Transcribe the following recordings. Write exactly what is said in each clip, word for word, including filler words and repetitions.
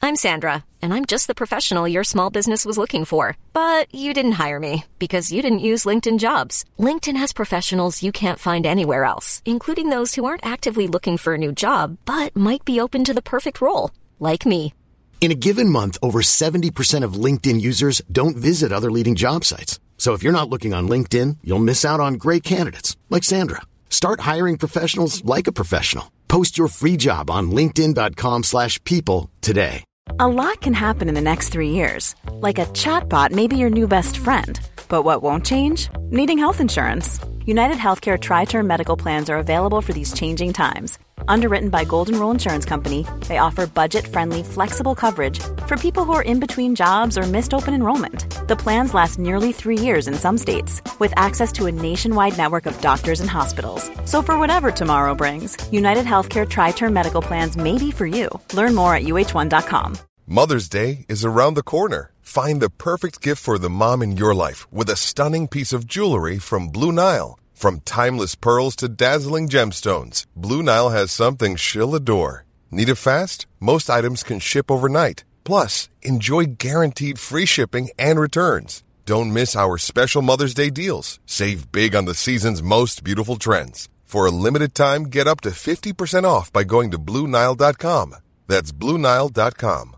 I'm Sandra, and I'm just the professional your small business was looking for. But you didn't hire me because you didn't use LinkedIn Jobs. LinkedIn has professionals you can't find anywhere else, including those who aren't actively looking for a new job, but might be open to the perfect role, like me. In a given month, over seventy percent of LinkedIn users don't visit other leading job sites. So if you're not looking on LinkedIn, you'll miss out on great candidates like Sandra. Start hiring professionals like a professional. Post your free job on linkedin dot com slash people today. A lot can happen in the next three years. Like a chatbot may be your new best friend. But what won't change? Needing health insurance. United Healthcare Tri-Term Medical Plans are available for these changing times. Underwritten by Golden Rule Insurance Company, they offer budget-friendly, flexible coverage for people who are in between jobs or missed open enrollment. The plans last nearly three years in some states, with access to a nationwide network of doctors and hospitals. So for whatever tomorrow brings, United Healthcare Tri-Term Medical Plans may be for you. Learn more at U H one dot com. Mother's Day is around the corner. Find the perfect gift for the mom in your life with a stunning piece of jewelry from Blue Nile. From timeless pearls to dazzling gemstones, Blue Nile has something she'll adore. Need it fast? Most items can ship overnight. Plus, enjoy guaranteed free shipping and returns. Don't miss our special Mother's Day deals. Save big on the season's most beautiful trends. For a limited time, get up to fifty percent off by going to blue nile dot com. That's blue nile dot com.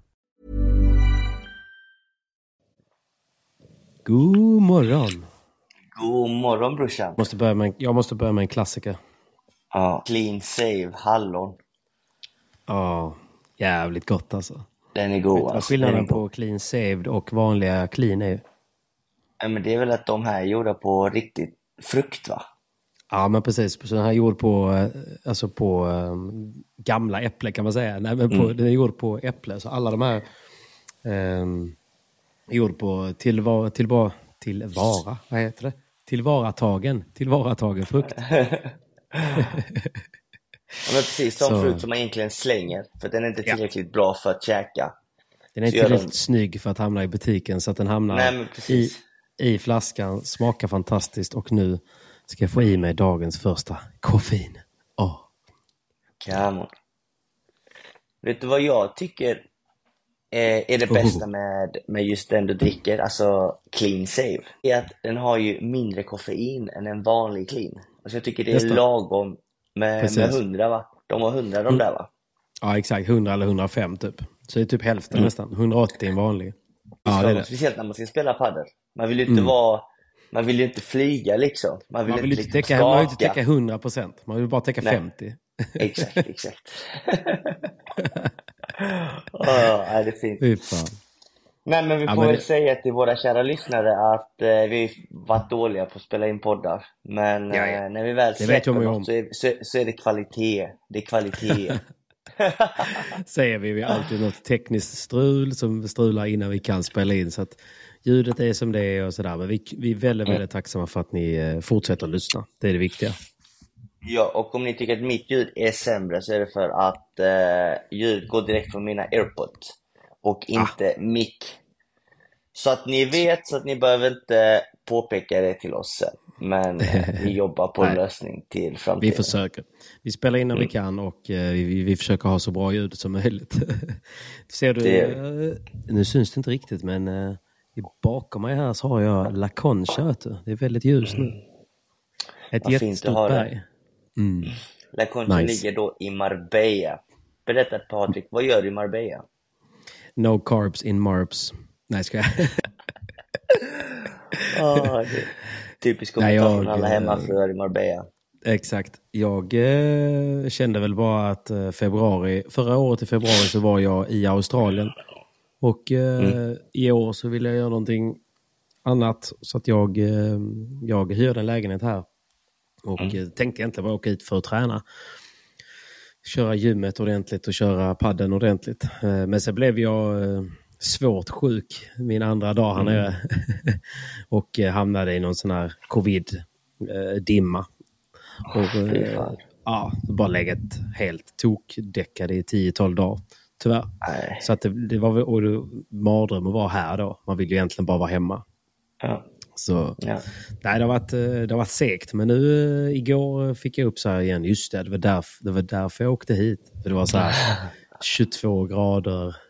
God morgon. God morgon, brorsan. Måste börja med, jag måste börja med en klassiker. Ja, clean save, hallon. Ja, jävligt gott alltså. Den är god. Vad alltså. skillnaden på clean saved och vanliga clean är? Ja, men det är väl att de här är gjorda på riktigt frukt, va? Ja, men precis. Så den här är gjord på, alltså på um, gamla äpple kan man säga. Nej, men på, mm. Den är gjord på äpple. Så alla de här um, är gjord på tillvara, tillvara, tillvara, vad heter det? Tillvaratagen, tillvaratagen frukt. Ja, men precis, som så. Frukt som man egentligen slänger. För den är inte tillräckligt ja. bra för att käka. Den är inte tillräckligt de... snygg för att hamna i butiken. Så att den hamnar Nej, i, i flaskan. Smakar fantastiskt. Och nu ska jag få i mig dagens första koffein. Oh. Come on. Vet du vad jag tycker är det bästa oh. med, med just den du dricker? Alltså clean save. Det är att den har ju mindre koffein än en vanlig clean. Alltså jag tycker det är lagom med, med hundra, va? De har hundra de där, va? Ja, exakt. hundra eller hundrafem typ. Så det är typ hälften mm. nästan. hundraåttio en vanlig. Ja, det är det. Speciellt när man ska spela padel. Man vill ju inte mm. vara... Man vill ju inte flyga liksom. Man vill, man vill inte, inte täcka, man vill inte täcka hundra procent. Man vill bara täcka Nej. femtio. Exakt, exakt. Åh, är det fint. Utan. Nej, men vi får ja, men väl det... säga till våra kära lyssnare att eh, vi varit dåliga på att spela in poddar. Men ja, ja. Eh, när vi väl släpper något så är, så, så är det kvalitet. Det är kvalitet. Säger vi, vi har alltid något tekniskt strul som strular innan vi kan spela in. Så att ljudet är som det är och sådär. Men vi, vi är väldigt, mm. väldigt tacksamma för att ni eh, fortsätter att lyssna. Det är det viktiga. Ja, och om ni tycker att mitt ljud är sämre så är det för att eh, ljud går direkt från mina AirPods och inte ah. mic. Så att ni vet, så att ni behöver inte påpeka det till oss sen. Men eh, vi jobbar på en lösning till framtiden. Vi försöker. Vi spelar in när mm. vi kan och eh, vi, vi försöker ha så bra ljud som möjligt. Ser du, det... eh, nu syns det inte riktigt, men eh, bakom mig här så har jag La Concha. Det är väldigt ljus nu. Ett Vad jättestort berg. Mm. La Concha nice. Ligger då i Marbella. Berätta, Patrik, vad gör du i Marbella? No carbs in Marps. Nej, ska jag. oh, typiskt kommentar från alla hemmafruar i Marbella. Exakt. Jag eh, kände väl bara att eh, februari, förra året i februari så var jag i Australien. Och eh, mm. i år så ville jag göra någonting annat. Så att jag, eh, jag hyrde en lägenhet här. Och mm. tänkte egentligen bara åka hit för att träna. Köra gymmet ordentligt och köra padden ordentligt. Men så blev jag svårt sjuk min andra dag här nere. Mm. Och hamnade i någon sån här covid-dimma. Och ja, bara legat helt tokdäckad i tio tolv dagar. Tyvärr. Nej. Så att det, det var och det, mardröm att vara här då. Man vill ju egentligen bara vara hemma. Ja. Så ja. Nej, det har varit det har varit segt, men nu igår fick jag upp så här igen. Just det, det var därför det var därför jag åkte hit. För det var så här tjugotvå grader,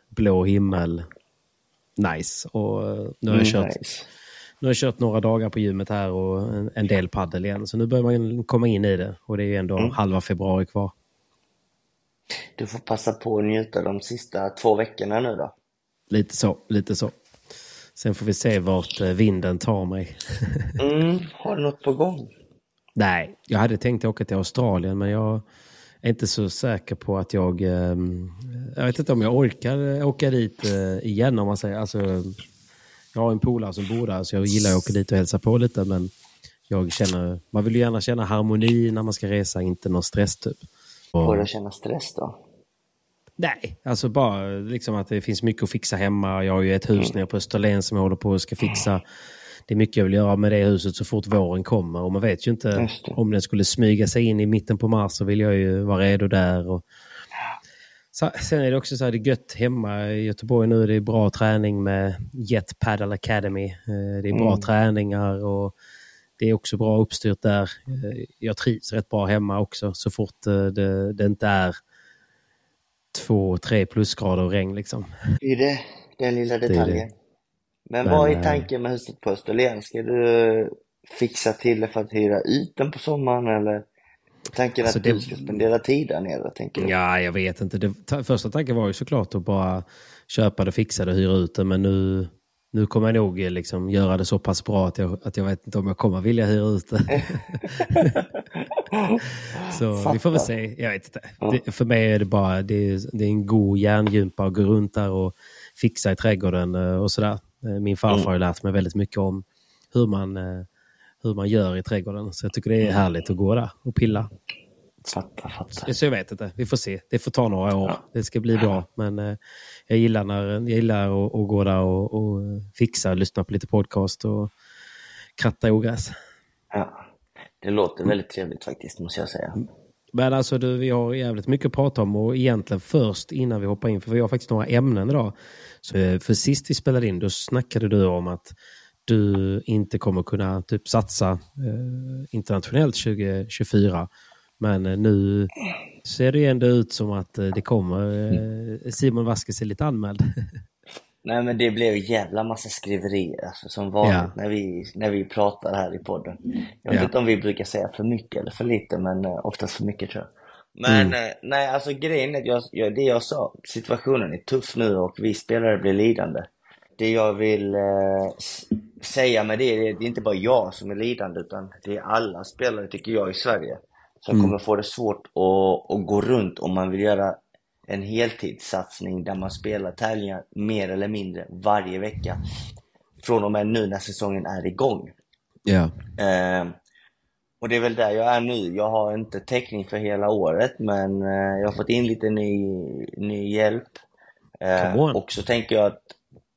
blå himmel. Nice. Och nu har jag kört, nice. nu har jag kört några dagar på gymmet här och en, en del paddel igen. Så nu börjar man komma in i det. Och det är ju ändå mm. halva februari kvar. Du får passa på att njuta de sista två veckorna nu då. Lite så, lite så. Sen får vi se vart vinden tar mig. mm, har du något på gång? Nej, jag hade tänkt åka till Australien, men jag är inte så säker på att jag... Eh, jag vet inte om jag orkar åka dit eh, igen, om man säger. Alltså, jag har en polare som bor där, så jag gillar att åka dit och hälsa på lite, men jag känner... Man vill ju gärna känna harmoni när man ska resa, inte någon stress typ. Och, får du känna stress då? Nej, alltså bara liksom att det finns mycket att fixa hemma. Jag har ju ett hus mm. nere på Österlen som jag håller på att ska fixa. Det är mycket jag vill göra med det huset så fort våren kommer. Och man vet ju inte om den skulle smyga sig in i mitten på mars, så vill jag ju vara redo där. Och... Så, sen är det också så här, det är gött hemma i Göteborg nu. Det är bra träning med Jet Paddle Academy. Det är bra mm. träningar och det är också bra uppstyrt där. Jag trivs rätt bra hemma också så fort det, det inte är två, tre plusgrader och regn liksom. Det är det, den lilla detaljen. Det det. Men, Men vad är tanken med huset på Österlen? Ska du fixa till det för att hyra ut den på sommaren eller tanken alltså att det... du ska spendera tid där nere? Tänker du? Ja, jag vet inte. Det, ta, första tanken var ju såklart att bara köpa det, fixa det och hyra ut det. Men nu, nu kommer jag nog liksom göra det så pass bra att jag, att jag vet inte om jag kommer vilja hyra ut det. Så Fattar. Vi får väl se. Jag vet inte. Ja. Det, för mig är det bara det är, det är en god järngympa att gå runt där och fixa i trädgården och sådär. Min farfar har ju lärt mig väldigt mycket om hur man, hur man gör i trädgården. Så jag tycker det är härligt att gå där och pilla. Fattar, fattar. Så jag vet inte. Vi får se. Det får ta några år. Ja. Det ska bli bra. Men eh, jag gillar, när, jag gillar att, att gå där och, och fixa, lyssna på lite podcast och kratta ogräs. Ja, det låter väldigt trevligt faktiskt, måste jag säga. Men alltså du, vi har jävligt mycket att prata om och egentligen först innan vi hoppar in, för vi har faktiskt några ämnen idag. Så för sist vi spelade in, då snackade du om att du inte kommer kunna typ satsa eh, internationellt tjugo tjugofyra. Men eh, nu ser det ju ändå ut som att eh, det kommer. Eh, Simon Vasquez är lite anmäld. Nej, men det blev jävla massa skriverier alltså, som vanligt ja. när, vi, när vi pratar här i podden. Jag vet ja. inte om vi brukar säga för mycket eller för lite, men eh, oftast för mycket tror jag. Men mm. eh, nej, alltså grejen är att jag, jag, det jag sa, situationen är tuff nu och vi spelare blir lidande. Det jag vill eh, säga med det, det är inte bara jag som är lidande, utan det är alla spelare tycker jag i Sverige som mm. kommer få det svårt att, att gå runt om man vill göra en heltidssatsning där man spelar tävlingar mer eller mindre varje vecka från och med nu när säsongen är igång. Ja. Eh, och det är väl där jag är nu. Jag har inte täckning för hela året, men eh, jag har fått in lite ny, ny hjälp. Eh, och så tänker jag att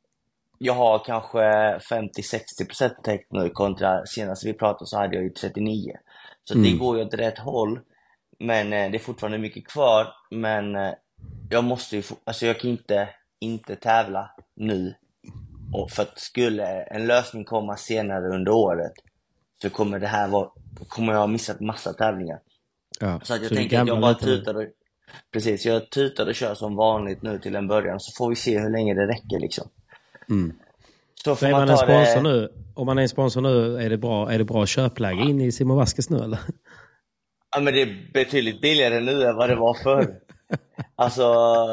jag har kanske femtio till sextio procent täckt nu kontra senast vi pratade så hade jag ju trettionio. Så mm. det går ju åt rätt håll. Men eh, det är fortfarande mycket kvar. Men eh, jag måste ju, alltså jag kan inte, inte tävla nu. Och för att skulle en lösning komma senare under året så kommer det här vara, kommer jag ha missat massa tävlingar. Ja, så att jag så tänker att jag bara tutar och, precis, jag tutar och kör som vanligt nu till en början, så får vi se hur länge det räcker liksom. Mm. Så får så man, man en sponsor det... nu, om man är en sponsor nu, är det bra, är det bra köpläge in i Simon Vasquez nu eller? Ja, men det är betydligt billigare nu än vad det var förr. Alltså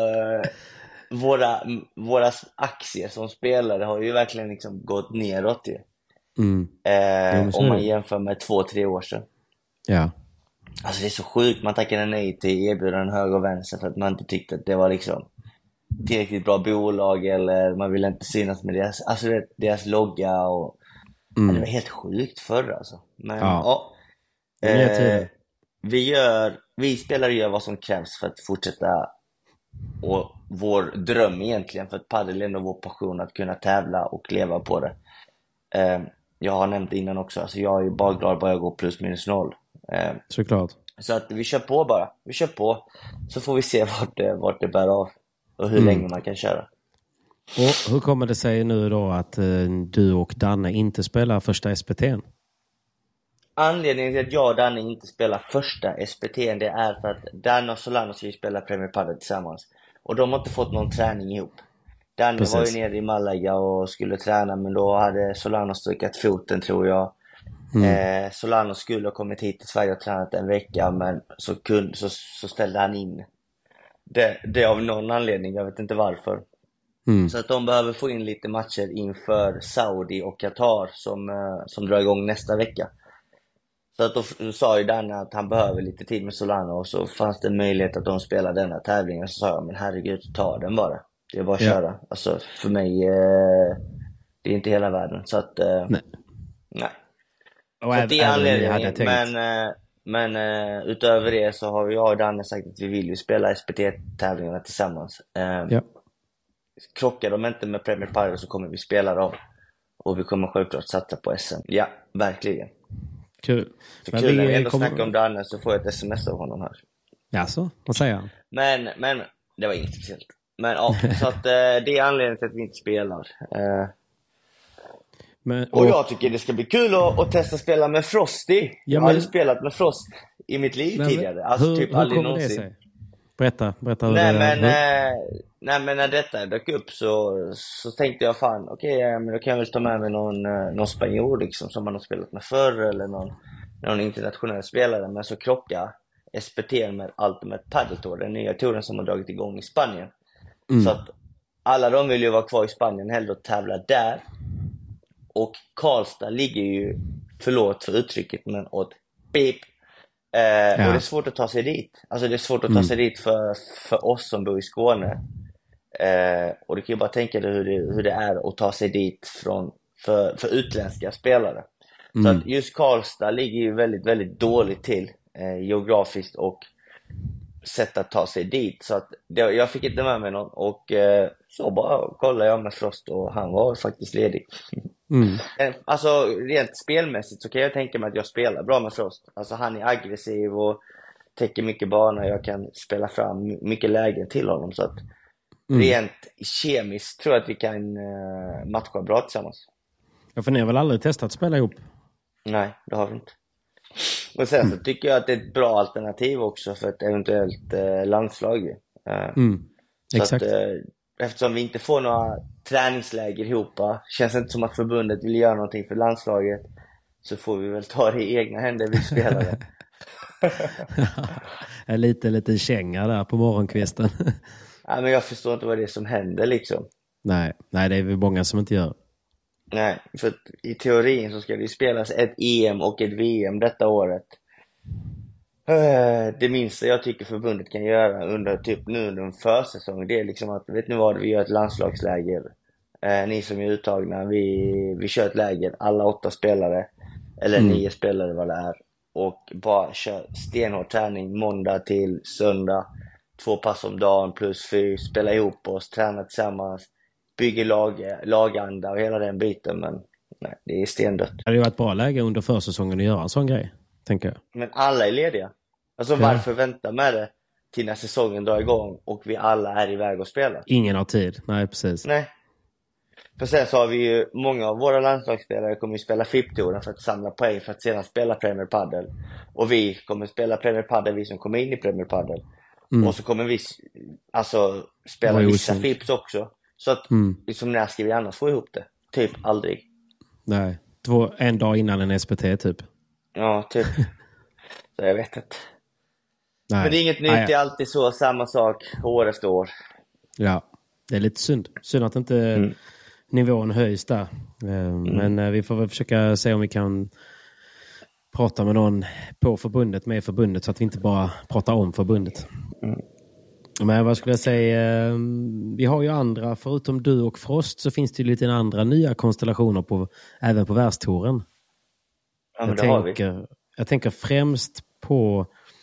våra, våra aktier som spelare har ju verkligen liksom gått neråt ju. Mm. Eh, om man jämför med två, tre år sedan. Ja. Alltså det är så sjukt, man tackade nej till erbjudanden höger och vänster för att man inte tyckte att det var liksom tillräckligt bra bolag, eller man ville inte synas med deras, alltså deras logga och mm. ja, det var helt sjukt förr alltså. Men ja, ja eh, vi gör, vi spelare gör vad som krävs för att fortsätta, och vår dröm egentligen, för att padel är ändå vår passion, att kunna tävla och leva på det. Eh, jag har nämnt innan också, alltså jag är ju bara glad bara jag går plus minus noll. Eh, Såklart. Så att vi kör på bara, vi kör på, så får vi se vart det, vart det bär av och hur mm. länge man kan köra. Och hur kommer det sig nu då att eh, du och Danne inte spelar första S P T:n? Anledningen till att jag och Danne inte spelar första S P T:n, det är för att Danne och Solano ska ju spela Premier Padel tillsammans. Och de har inte fått någon träning ihop. Danne Precis. var ju nere i Malaga och skulle träna, men då hade Solano stökat foten, tror jag. Mm. Eh, Solano skulle ha kommit hit till Sverige och tränat en vecka, men så, kunde, så, så ställde han in det, det av någon anledning, jag vet inte varför. Mm. Så att de behöver få in lite matcher inför Saudi och Qatar som, eh, som drar igång nästa vecka. Så att då, då sa ju Danne att han behöver lite tid med Solano, och så fanns det möjlighet att de spelar denna tävlingen. Så sa jag, men herregud, ta den bara. Det är bara att ja. köra. Alltså för mig, eh, det är inte hela världen. Så att, eh, nej. nej. Och så det är anledningen. Men, eh, men eh, utöver det så har jag och Danne sagt att vi vill ju spela S P T-tävlingarna tillsammans. Eh, ja. Krockar de inte med Premier Padel så kommer vi spela dem. Och vi kommer självklart satsa på S M. Ja, verkligen. Kul. Så men kul, när vi ändå kommer... snackar om Danne så får jag ett sms av honom här. Jaså, vad säger han? Men, men, det var inget speciellt. Men ja, så att eh, det är anledningen till att vi inte spelar. Eh, men, och... och jag tycker det ska bli kul att, att testa spela med Frosty. Ja, jag har aldrig men... spelat med Frost i mitt liv men, tidigare. Alltså hur, typ hur aldrig kommer någonsin. Det sig? Berätta, berätta hur nej, det men, är. Eh, nej men när detta dök upp så, så tänkte jag fan, okej, okay, ja, men då kan jag väl ta med mig någon, någon spanjor liksom, som man har spelat med förr, eller någon, någon internationell spelare. Men så krockar S P T med Ultimate Padel Tour, den nya touren som har dragit igång i Spanien. Mm. Så att alla de vill ju vara kvar i Spanien, hellre att tävla där. Och Karlstad ligger ju, förlåt för uttrycket, men åt pip. Eh, ja. Och det är svårt att ta sig dit. Alltså det är svårt att ta sig mm. dit för, för oss som bor i Skåne. Eh, och du kan ju bara tänka dig hur det, hur det är att ta sig dit från, för, för utländska spelare. Mm. Så att just Karlstad ligger ju väldigt, väldigt dåligt till eh, geografiskt och sätt att ta sig dit. Så att det, jag fick inte med mig någon. Och eh, så bara kollade jag med Frost och han var faktiskt ledig. Mm. Alltså rent spelmässigt så kan jag tänka mig att jag spelar bra med Frost. Alltså han är aggressiv och täcker mycket bana. Jag kan spela fram mycket lägen till honom. Så att mm. rent kemiskt tror jag att vi kan uh, matcha bra tillsammans. Ja, för ni har väl aldrig testat att spela ihop? Nej, det har vi inte. Och sen mm. så tycker jag att det är ett bra alternativ också för ett eventuellt uh, landslag. Uh, mm. Så exakt. Att, uh, eftersom vi inte får några träningsläger ihop, känns det inte som att förbundet vill göra någonting för landslaget, så får vi väl ta det i egna händer, vi spelare. lite, lite känga där på morgonkvisten. Ja, men jag förstår inte vad det är som händer liksom. Nej, nej, det är väl många som inte gör. Nej, för att i teorin så ska det ju spelas ett E M och ett V M detta året. Det minsta jag tycker förbundet kan göra under typ nu under en försäsong, det är liksom att, vet ni vad, vi gör ett landslagsläger. Eh, ni som är uttagna, vi, vi kör ett läger, alla åtta spelare, eller mm. nio spelare vad det är. Och bara kör stenhård träning måndag till söndag. Två pass om dagen plus fyra, spela ihop oss, träna tillsammans, bygga lag, laganda och hela den biten. Men nej, det är stendött. Det hade ju varit bra läge under försäsongen att göra en sån grej, tänker jag. Men alla är lediga. Alltså ja. Varför vänta med det till när säsongen drar igång och vi alla är iväg och spelar? Ingen har tid, nej precis. Nej. För sen så har vi ju, många av våra landslagsspelare kommer ju spela F I P-touren för att samla poäng för att sedan spela Premier Padel. Och vi kommer spela Premier Padel, vi som kommer in i Premier Padel. Mm. Och så kommer vi alltså spela vissa F I Ps också. Så att, mm. liksom, när ska vi annars få ihop det? Typ aldrig. Nej, Två, en dag innan en S P T typ. Ja, typ. Så jag vet inte. Nej. Men det är inget nytt, det är alltid så, samma sak år efter år. Ja, det är lite synd. Synd att inte mm. nivån höjs där. Mm. Men vi får väl försöka se om vi kan prata med någon på förbundet, med förbundet, så att vi inte bara pratar om förbundet. Mm. Men vad skulle jag säga, vi har ju andra, förutom du och Frost så finns det ju lite andra nya konstellationer på, även på världstouren. Ja, jag, det tänker, har vi. jag tänker främst på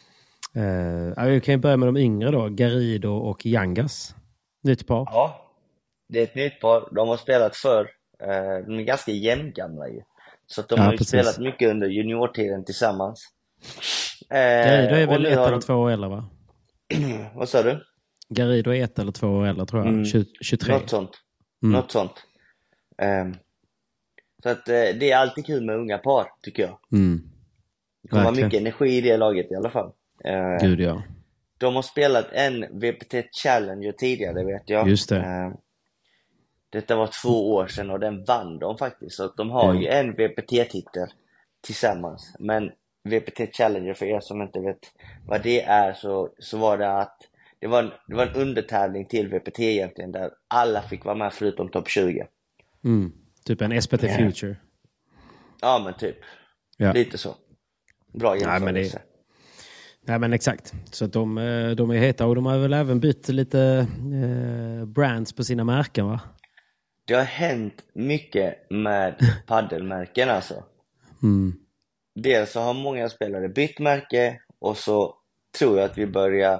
Uh, jag kan ju börja med de yngre då, Garrido och Yangas. Nytt par. Ja, det är ett nytt par. De har spelat för uh, de är ganska jämngamla ju. Så att de ja, har ju precis. spelat mycket under juniortiden tillsammans. Uh, Garrido är väl ett har... eller två år äldre, va? Vad sa du? Garrido är ett eller två år äldre, tror jag. Mm. tjugotre. Något sånt. Mm. Något sånt. Um, så att uh, det är alltid kul med unga par, tycker jag. Mm. Det kommer vara mycket energi i det laget i alla fall. Uh, Gud, ja. De har spelat en V P T Challenger tidigare, vet jag. Just det. Uh, Detta var två år sedan och den vann de faktiskt. Så att de har mm. ju en V P T-titel tillsammans. Men V P T Challenger, för er som inte vet vad det är, så, så var det att det var, en, det var en undertävling till V P T egentligen, där alla fick vara med förutom topp tjugo. Mm. Typ en S P T Future. Ja, men typ. Ja. Lite så. Bra jämförelse. Nej, men det... Nej, men exakt. Så att de, de är heta, och de har väl även bytt lite eh, brands på sina märken, va? Det har hänt mycket med paddelmärken alltså. Mm. Dels så har många spelare bytt märke, och så tror jag att vi börjar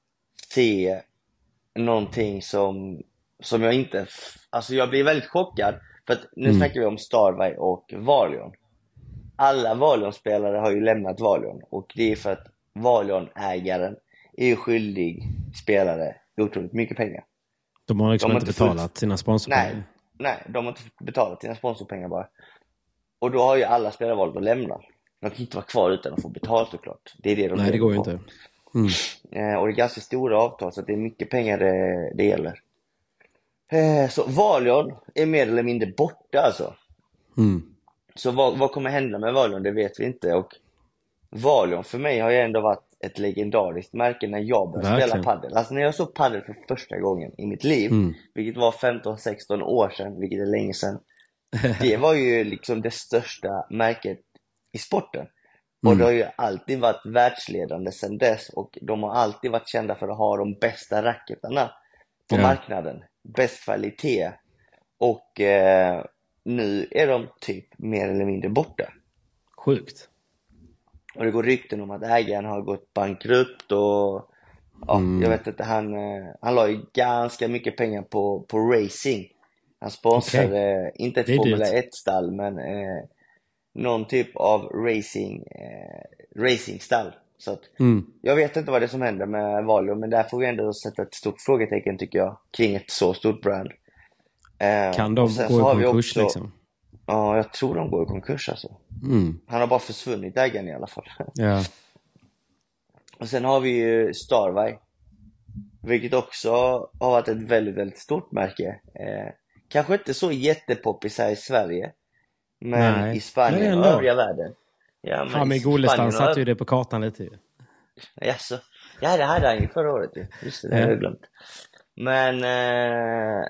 se någonting som, som jag inte... Alltså jag blir väldigt chockad, för att nu mm. snackar vi om Starway och Valion. Alla Valion-spelare har ju lämnat Valion, och det är för att Valion-ägaren är ju skyldig spelare otroligt mycket pengar. De har liksom de har inte betalat fullt... sina sponsorpengar. Nej, nej, de har inte betalat sina sponsorpengar bara. Och då har ju alla spelare valt att lämna. De kan inte vara kvar utan att få betalt, såklart. Det är det de Nej, det går ju inte. Mm. Eh, och det är ganska stora avtal, så att det är mycket pengar det, det gäller. Eh, så Valion är mer eller mindre borta alltså. Mm. Så vad, vad kommer hända med Valion, det vet vi inte. Och Valion för mig har ju ändå varit ett legendariskt märke när jag började Verkligen. spela paddel. Alltså när jag såg paddel för första gången i mitt liv, mm. vilket var femton sexton år sedan, vilket är länge sedan. Det var ju liksom det största märket i sporten. Och mm. det har ju alltid varit världsledande sedan dess. Och de har alltid varit kända för att ha de bästa racketarna på ja. marknaden. Bäst kvalitet. Och eh, nu är de typ mer eller mindre borta. Sjukt. Och det går rykten om att ägaren har gått bankrupt. Och ja, mm. jag vet inte, han, han la ju ganska mycket pengar på, på racing. Han sponsrade okay. inte ett Formula ett-stall, men eh, någon typ av racing eh, racingstall. Så att mm. jag vet inte vad det är som händer med Valion, men där får vi ändå sätta ett stort frågetecken, tycker jag, kring ett så stort brand. Eh, kan de gå i konkurs också, liksom? Ja, jag tror de går i konkurs alltså. Mm. Han har bara försvunnit, ägaren i alla fall. Ja. Och sen har vi ju Starway, vilket också har varit ett väldigt, väldigt stort märke. Eh, kanske inte så jättepoppis här i Sverige, men Nej. i Spanien och övriga världen. Ja, men, ja, men Golestan satte ju det på kartan lite ju. Jaså. Ja, det hade han ju förra året ju. Just det, det har jag glömt. Men eh,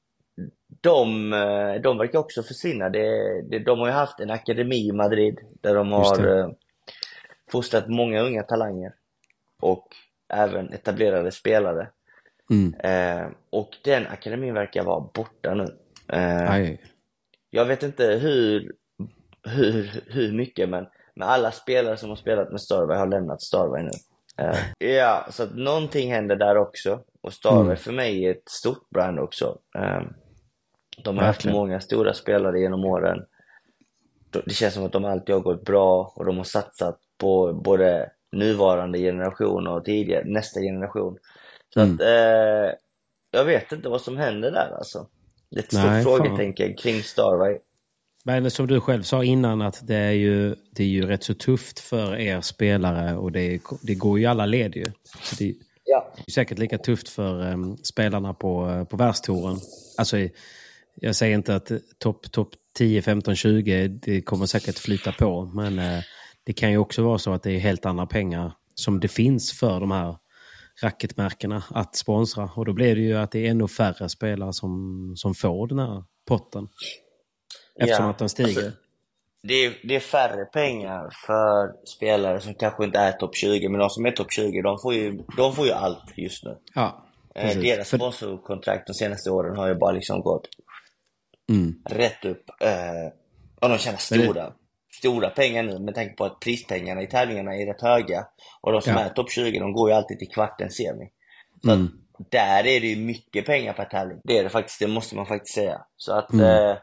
de, de verkar också försvinna. Det, det, de har ju haft en akademi i Madrid där de har eh, fostrat många unga talanger och även etablerade spelare. Mm. Eh, och den akademin verkar vara borta nu. Eh, jag vet inte hur, hur, hur mycket, men med alla spelare som har spelat med Starway har lämnat Starway nu. Eh, ja, så att någonting händer där också. Och Starway mm. för mig är ett stort brand också. Eh, de har haft många stora spelare genom åren. Det känns som att de alltid har gått bra, och de har satsat på både nuvarande generation och tidigare, nästa generation. Så mm. att eh, jag vet inte vad som händer där alltså. Det är ett stort frågetecken kring Starway. Men som du själv sa innan, att det är ju, det är ju rätt så tufft för er spelare, och det, det går ju alla led ju. Så det ja. är säkert lika tufft för um, spelarna på, på världstouren. Alltså jag säger inte att topp top tio, femton, tjugo det kommer säkert flyta på, men uh, det kan ju också vara så att det är helt andra pengar som det finns för de här racketmärkena att sponsra, och då blir det ju att det är ännu färre spelare som, som får den här potten eftersom ja, att de stiger. Alltså, det, är, det är färre pengar för spelare som kanske inte är topp tjugo, men de som är topp tjugo, de får ju, de får ju allt just nu. Ja, eh, deras sponsorkontrakt de senaste åren har ju bara liksom gått mm. rätt upp, eh, och de tjänar stora det... stora pengar nu, med tanke på att prispengarna i tävlingarna är rätt höga, och de som ja. är topp tjugo, de går ju alltid till kvarten semi. Så mm. att där är det ju mycket pengar per tävling. Det är det faktiskt, det måste man faktiskt säga. Så att mm. eh,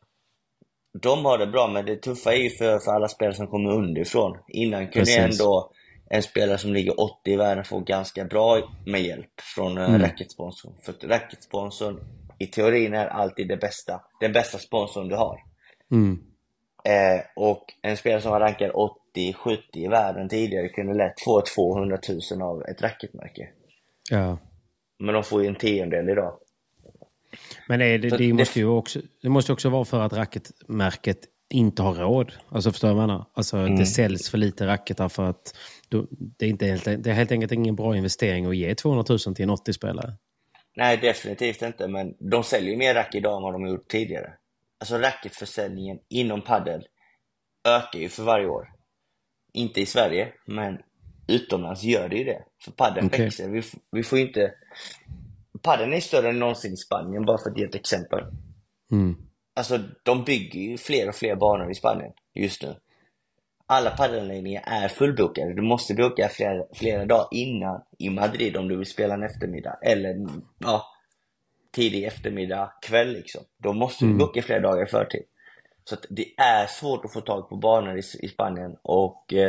de har det bra, men det tuffa är ju för, för alla spelare som kommer underifrån. Innan kunde ändå en spelare som ligger åttio i världen få ganska bra med hjälp från mm. racketsponsorn. För racketsponsorn i teorin är alltid det bästa, den bästa sponsorn du har. Mm. Eh, och en spelare som var rankad åttio sjuttio i världen tidigare kunde lätt få tvåhundratusen av ett racketmärke. Ja. Men de får ju en tiondel idag. Men är det, det, måste ju också, det måste också vara för att racketmärket inte har råd. Alltså förstår man menar? Alltså mm. det säljs för lite racketar för att då, det, är inte helt, det är helt enkelt ingen bra investering att ge tvåhundratusen till en åttio-spelare. Nej, definitivt inte. Men de säljer mer racket idag än vad de har gjort tidigare. Alltså racketförsäljningen inom paddel ökar ju för varje år. Inte i Sverige, men utomlands gör det ju det. För paddeln okay. växer. Vi, vi får inte... Paddeln är större än någonsin i Spanien, bara för att ge ett exempel. Mm. Alltså, de bygger ju fler och fler banor i Spanien just nu. Alla paddelanläggningar är fullbokade. Du måste boka flera, flera dagar innan i Madrid om du vill spela en eftermiddag. Eller ja, tidig eftermiddag, kväll liksom. Då måste du mm. boka flera dagar i förtid. Så att det är svårt att få tag på banor i, i Spanien. Och eh,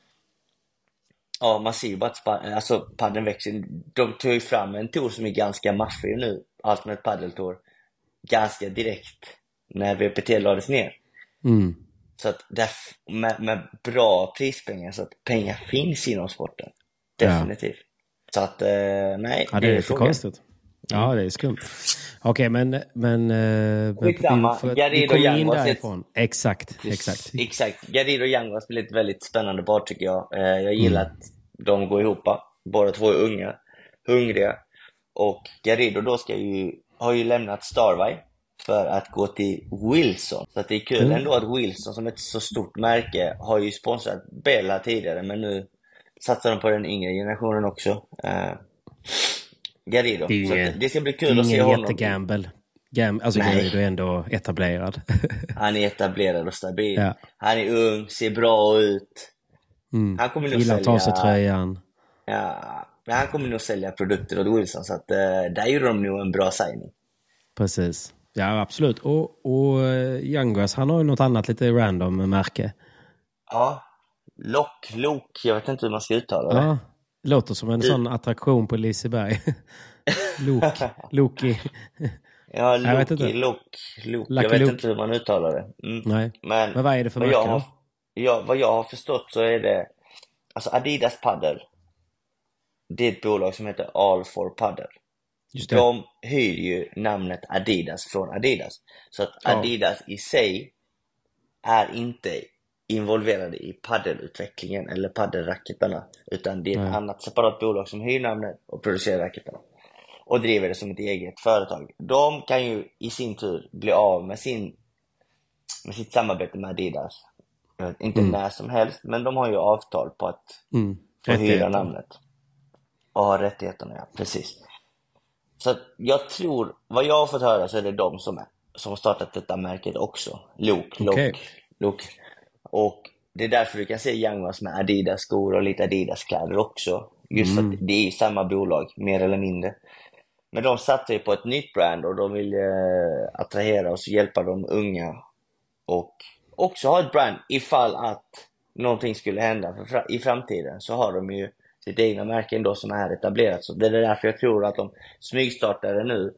ja, man ser ju bara att Span- alltså, paddeln växer. De tog ju fram en tour som är ganska maffig nu. Ultimate Padel Tour. Ganska direkt när V P T lades ner. Mm. Så att där, med, med bra prispengar, så att pengar finns inom sporten. Definitivt. Ja. Så att, eh, nej. Ja, det, det är lite konstigt. Ja, det är skumt. Okej, okay, men... men Skitsamma. Garrido Young var därifrån. Ett... Exakt, exakt. Exakt. Garrido Young var ett väldigt spännande par tycker jag. Jag gillar mm. att de går ihop. Båda två är unga, hungriga. Och Garrido då ska ju, har ju lämnat Starway för att gå till Wilson. Så att det är kul mm. ändå att Wilson som ett så stort märke har ju sponsrat Bella tidigare. Men nu satsar de på den yngre generationen också. Uh, Garrido. Det, så det, det ska bli kul att se honom. Det är jättegamble. Gam, alltså Nej. Garrido är ändå etablerad. Han är etablerad och stabil. Ja. Han är ung, ser bra ut. Mm. Han kommer nog Gillar sälja... att ta sig tröjan. Ja, men han kommer nog sälja produkter åt Wilson. Så att, uh, där gjorde de nog en bra signing. Precis. Ja, absolut. Och, och Youngras, han har ju något annat lite random märke. Ja, Lock, Lok. Jag vet inte hur man ska uttala det. Ja, det låter som en du... sån attraktion på Liseberg. Lok, Loki. Ja, Loki, Lok, Lok. Jag vet Luke. inte hur man uttalar det. Mm. Nej, men, men vad är det för märke? jag har, ja, vad jag har förstått så är det... Alltså Adidas Paddle. Det är ett bolag som heter All for Paddle. De hyr ju namnet Adidas från Adidas. Så att ja. Adidas i sig är inte involverade i paddelutvecklingen eller paddelracketarna. Utan det är ett Nej. annat separat bolag som hyr namnet och producerar racketarna. Och driver det som ett eget företag. De kan ju i sin tur bli av med, sin, med sitt samarbete med Adidas. Inte mm. när som helst, men de har ju avtal på att mm. få hyra namnet. Och ha rättigheterna, ja. Precis. Så jag tror, vad jag har fått höra så är det de som, är, som har startat detta märket också. Luke, okay. Luke, Luke. Och det är därför du kan se Youngras med Adidas-skor och lite Adidas-kläder också. Just mm. att det är samma bolag, mer eller mindre. Men de satsar ju på ett nytt brand och de vill eh, attrahera oss och hjälpa de unga. Och också ha ett brand ifall att någonting skulle hända för, i framtiden. Så har de ju sitt egna märke ändå som är etablerat. Så det är därför jag tror att de smygstartar det nu.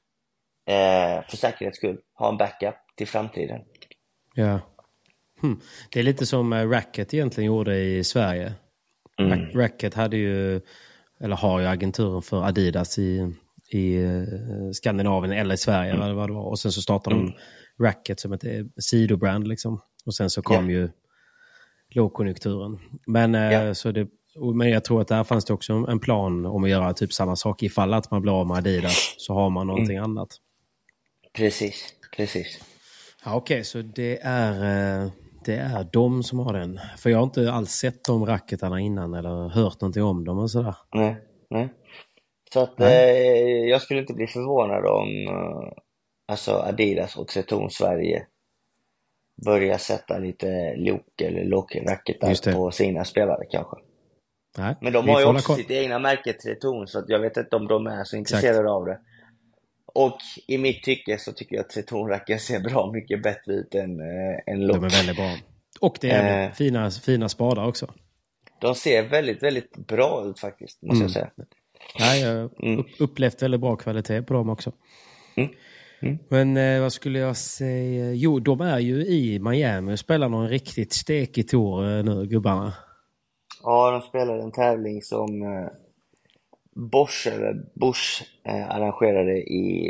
Eh, för säkerhets skull. Ha en backup till framtiden. Ja. Hm. Det är lite som Racket egentligen gjorde i Sverige. Mm. Racket hade ju, eller har ju agenturen för Adidas i, i Skandinavien eller i Sverige. Mm. Vad det var. Och sen så startade mm. de Racket som ett sidobrand liksom. Och sen så kom ja. ju lågkonjunkturen. Men ja. så det Men jag tror att där fanns det också en plan om att göra typ samma sak. Ifall att man blir av med Adidas så har man någonting mm. annat. Precis, precis. Ja, okej, okay, så det är, det är de som har den. För jag har inte alls sett de racketarna innan eller hört någonting om dem och sådär. Nej, nej. Så att nej. Eh, jag skulle inte bli förvånad om eh, alltså Adidas och Tretorn Sverige börjar sätta lite lok eller lock-racketar på sina spelare kanske. Nej, men de har ju också sitt egna märke Tretorn, så att jag vet inte om de är så intresserade Exakt. av det. Och i mitt tycke så tycker jag att Tretorn-racken ser bra mycket bättre ut än, äh, än lock. De är väldigt bra. Och det är äh, fina, fina spadar också. De ser väldigt, väldigt bra ut faktiskt, måste mm. jag säga. Nej, jag har mm. upp, upplevt väldigt bra kvalitet på dem också. Mm. Mm. Men eh, vad skulle jag säga? Jo, de är ju i Miami och spelar någon riktigt stekig tour eh, nu, gubbarna. Ja, de spelar en tävling som eh, Bosch eller Bosch eh, arrangerade i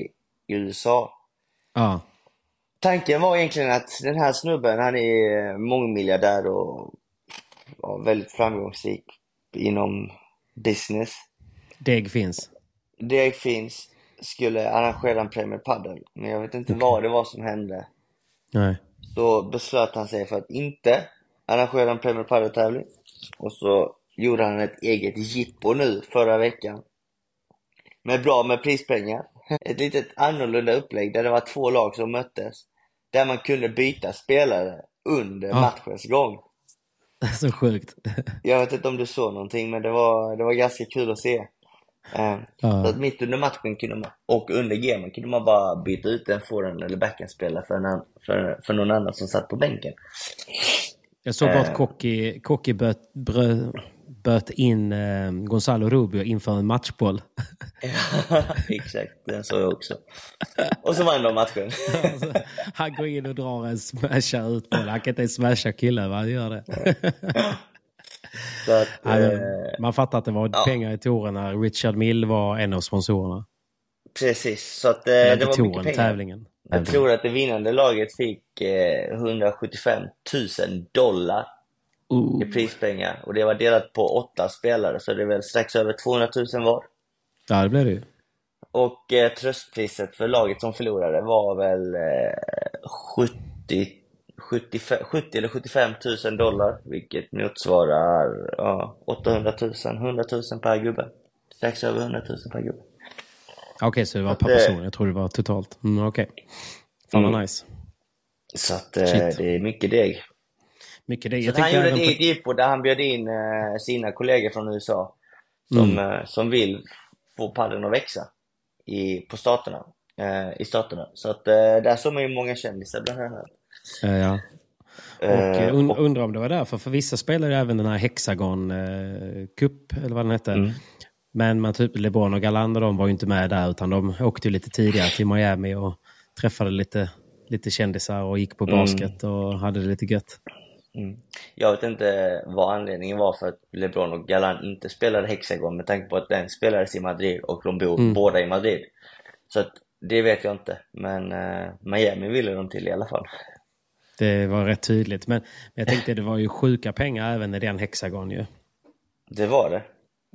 i U S A. Ja. Tanken var egentligen att den här snubben, han är mångmiljardär och ja, väldigt framgångsrik inom business. Deg finns. Deg finns. Skulle arrangera en Premier Padel. Men jag vet inte okay. vad det var som hände. Nej. Så beslöt han sig för att inte arrangera en Premier Padel-tävling. Och så gjorde han ett eget jippo nu förra veckan. Med bra med prispengar. Ett litet annorlunda upplägg där det var två lag som möttes. Där man kunde byta spelare under ah. matchens gång. Så sjukt. Jag vet inte om du såg någonting, men det var, det var ganska kul att se. Uh, ah. Så att mitt under matchen kunde man, och under gamen kunde man bara byta ut en forehand eller backhand spelare för, en, för, för någon annan som satt på bänken. Jag såg bara att Koki, Koki böt, brö, böt in eh, Gonzalo Rubio inför en matchboll. Ja, exakt. Den såg jag också. Och så vann de matchen. Han går in och drar en smasha ut boll. Han kan inte smasha killar, vad han gör det. Så att, ja, eh, man fattar att det var ja. pengar i touren när Richard Mill var en av sponsorerna. Precis, så att eh, det var touren, mycket pengar. Tävlingen. Jag tror att det vinnande laget fick eh, hundrasjuttiofem tusen dollar uh. i prispengar. Och det var delat på åtta spelare, så det är väl strax över tvåhundratusen var. Ja, det blev det ju. Och eh, tröstpriset för laget som förlorade var väl eh, sjuttio, sjuttiofem, sjuttio eller sjuttiofem tusen dollar. Vilket motsvarar ja, åttahundratusen, hundratusen per gubbe. Strax över hundratusen per gubbe. Okej, okay, så det var per person. Jag tror det var totalt. Mm, Okej. Okay. Fan vad mm. nice. Så att eh, det är mycket deg. Mycket deg. Så Jag han gjorde även... ett jippo där han bjöd in eh, sina kollegor från U S A. Som, mm. eh, som vill få paddeln att växa i, på staterna, eh, i staterna. Så att eh, där såg man ju många kändisar bland annat. Ja, ja. Och, eh, und, och undrar om det var därför. För vissa spelar ju även den här Hexagon eh, Cup, eller vad den heter. Mm. Men man typ LeBron och Galland, de var ju inte med där, utan de åkte ju lite tidigare till Miami och träffade lite, lite kändisar och gick på basket mm. och hade det lite gött. Mm. Jag vet inte vad anledningen var för att LeBron och Galland inte spelade Hexagon, med tanke på att den spelades i Madrid och de bor mm. båda i Madrid. Så att, det vet jag inte, men uh, Miami ville de till i alla fall. Det var rätt tydligt, men, men jag tänkte det var ju sjuka pengar även i den Hexagon ju. Det var det.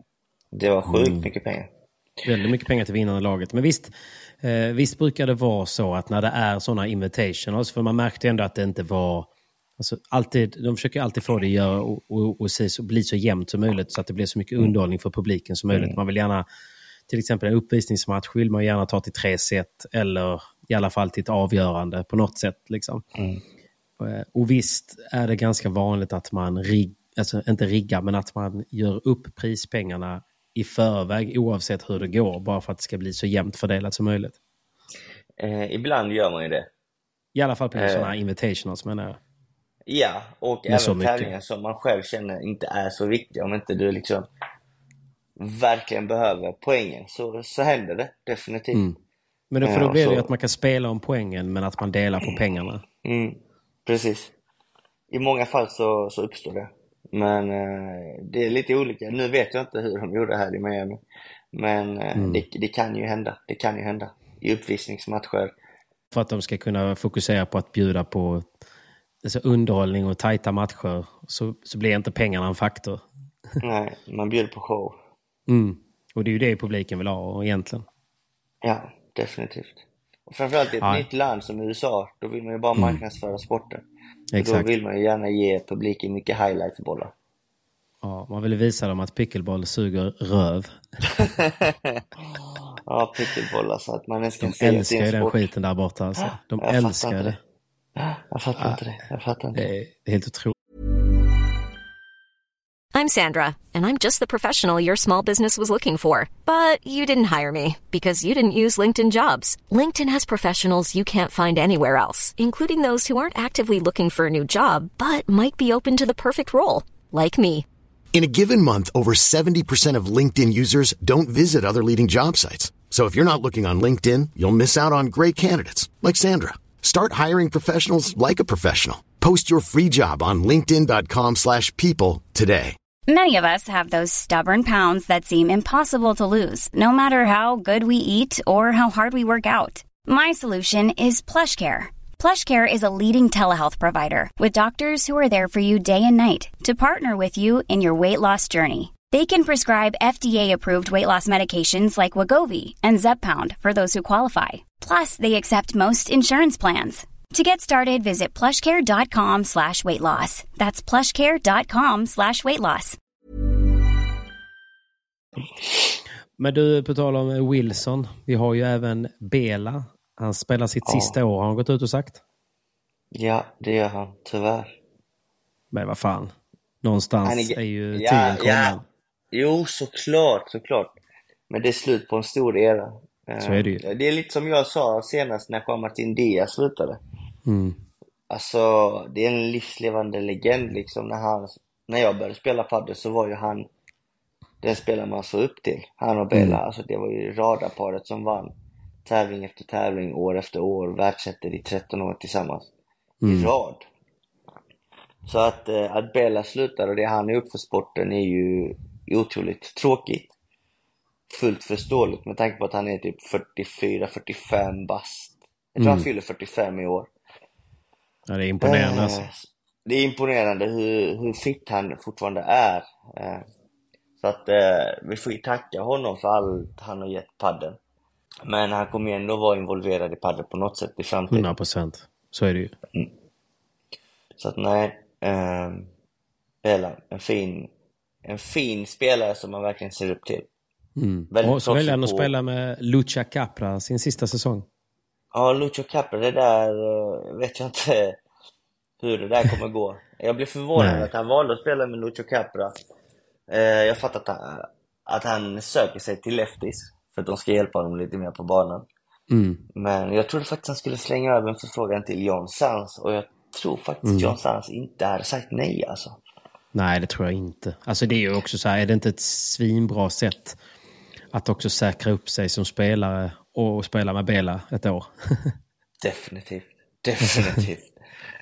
Det var sjukt mm. mycket pengar. Väldigt mycket pengar till vinnande laget. Men visst, eh, visst brukar det vara så att när det är sådana invitationals, för man märkte ändå att det inte var, alltså alltid, de försöker alltid få det att göra och, och, och, och bli så jämnt som möjligt, så att det blir så mycket underhållning för publiken som möjligt. Man vill gärna, till exempel en uppvisningsmatch vill man gärna ta till tre set, eller i alla fall till ett avgörande på något sätt liksom. Mm. Och visst är det ganska vanligt att man rig, alltså inte riggar, men att man gör upp prispengarna i förväg oavsett hur det går, bara för att det ska bli så jämnt fördelat som möjligt. Eh, ibland gör man ju det. I alla fall på eh, sådana invitationals, menar jag. Ja, och även tävlingar som man själv känner inte är så viktiga. Om inte du liksom verkligen behöver poängen, så, så händer det definitivt. Mm. Men då, för då blir det ju att man kan spela om poängen, men att man delar på pengarna. Mm, precis. I många fall så, så uppstår det. Men eh, det är lite olika. Nu vet jag inte hur de gjorde här i Miami. Men eh, mm. det, det kan ju hända. Det kan ju hända i uppvisningsmatcher. För att de ska kunna fokusera på att bjuda på alltså underhållning och tajta matcher, så, så blir inte pengarna en faktor. Nej, man bjuder på show. Mm. Och det är ju det publiken vill ha egentligen. Ja, definitivt. Och framförallt i ett ja. nytt land som U S A, då vill man ju bara marknadsföra mm. sporten. Exakt. Då vill man ju gärna ge publiken mycket highlights-bollar. Ja, man vill visa dem att pickleball suger röv. Ja, pickleball, så att man ska de se älskar ju den skiten där borta alltså. De jag älskar det. det. Jag fattar ja. inte det. Jag fattar inte. Det är helt otroligt. I'm Sandra, and I'm just the professional your small business was looking for. But you didn't hire me because you didn't use LinkedIn Jobs. LinkedIn has professionals you can't find anywhere else, including those who aren't actively looking for a new job, but might be open to the perfect role, like me. In a given month, over seventy percent of LinkedIn users don't visit other leading job sites. So if you're not looking on LinkedIn, you'll miss out on great candidates, like Sandra. Start hiring professionals like a professional. Post your free job on linkedin dot com slash people today. Many of us have those stubborn pounds that seem impossible to lose, no matter how good we eat or how hard we work out. My solution is PlushCare. PlushCare is a leading telehealth provider with doctors who are there for you day and night to partner with you in your weight loss journey. They can prescribe F D A-approved weight loss medications like Wegovy and Zepbound for those who qualify. Plus, they accept most insurance plans. To get started, visit plushcare.com slash weight loss. That's plushcare.com slash weight loss. Men du, på tal om Wilson, vi har ju även Bela. Han spelar sitt ja. sista år, har han gått ut och sagt? Ja, det gör han, tyvärr. Men vad fan, någonstans är, är ju tiden ja, kommen. Ja. Jo, såklart, såklart. Men det är slut på en stor era. Så är det ju. Det är lite som jag sa senast när Juan-Martín Díaz slutade. Mm. Alltså, det är en livslevande legend liksom. När, han, när jag började spela padel så var ju han den spelare man så upp till. Han och Bela, mm. alltså det var ju radarparet som vann tävling efter tävling, år efter år, världsettor i tretton år tillsammans. Mm. I rad. Så att, eh, att Bela slutar och det han är upp för sporten är ju otroligt tråkigt. Fullt förståeligt med tanke på att han är typ fyrtiofyra fyrtiofem bast. Jag tror mm. han fyller fyrtiofem i år. Ja, det är imponerande eh, alltså. Det är imponerande hur, hur fit han fortfarande är. Eh, så att eh, vi får ju tacka honom för allt han har gett padden. Men han kommer ändå vara involverad i padel på något sätt i framtiden. hundra procent, så är det ju. Mm. Så att nej, eh, Bela, en fin, en fin spelare som man verkligen ser upp till. Mm. Och så väljer han att spela med Lucha Capra sin sista säsong. Ja, Lucha Capra, det där vet jag inte hur det där kommer gå. Jag blev förvånad Nej. att han valde att spela med Lucha Capra. eh, Jag fattar att han, att han söker sig till leftis för att de ska hjälpa honom lite mer på banan. mm. Men jag trodde faktiskt han skulle slänga över en förfrågan till John Sanz. Och jag tror faktiskt mm. John Sanz inte hade sagt nej alltså. Nej, det tror jag inte. Alltså det är ju också så här, är det inte ett svinbra sätt att också säkra upp sig som spelare och spela med Bela ett år? Definitivt, definitivt.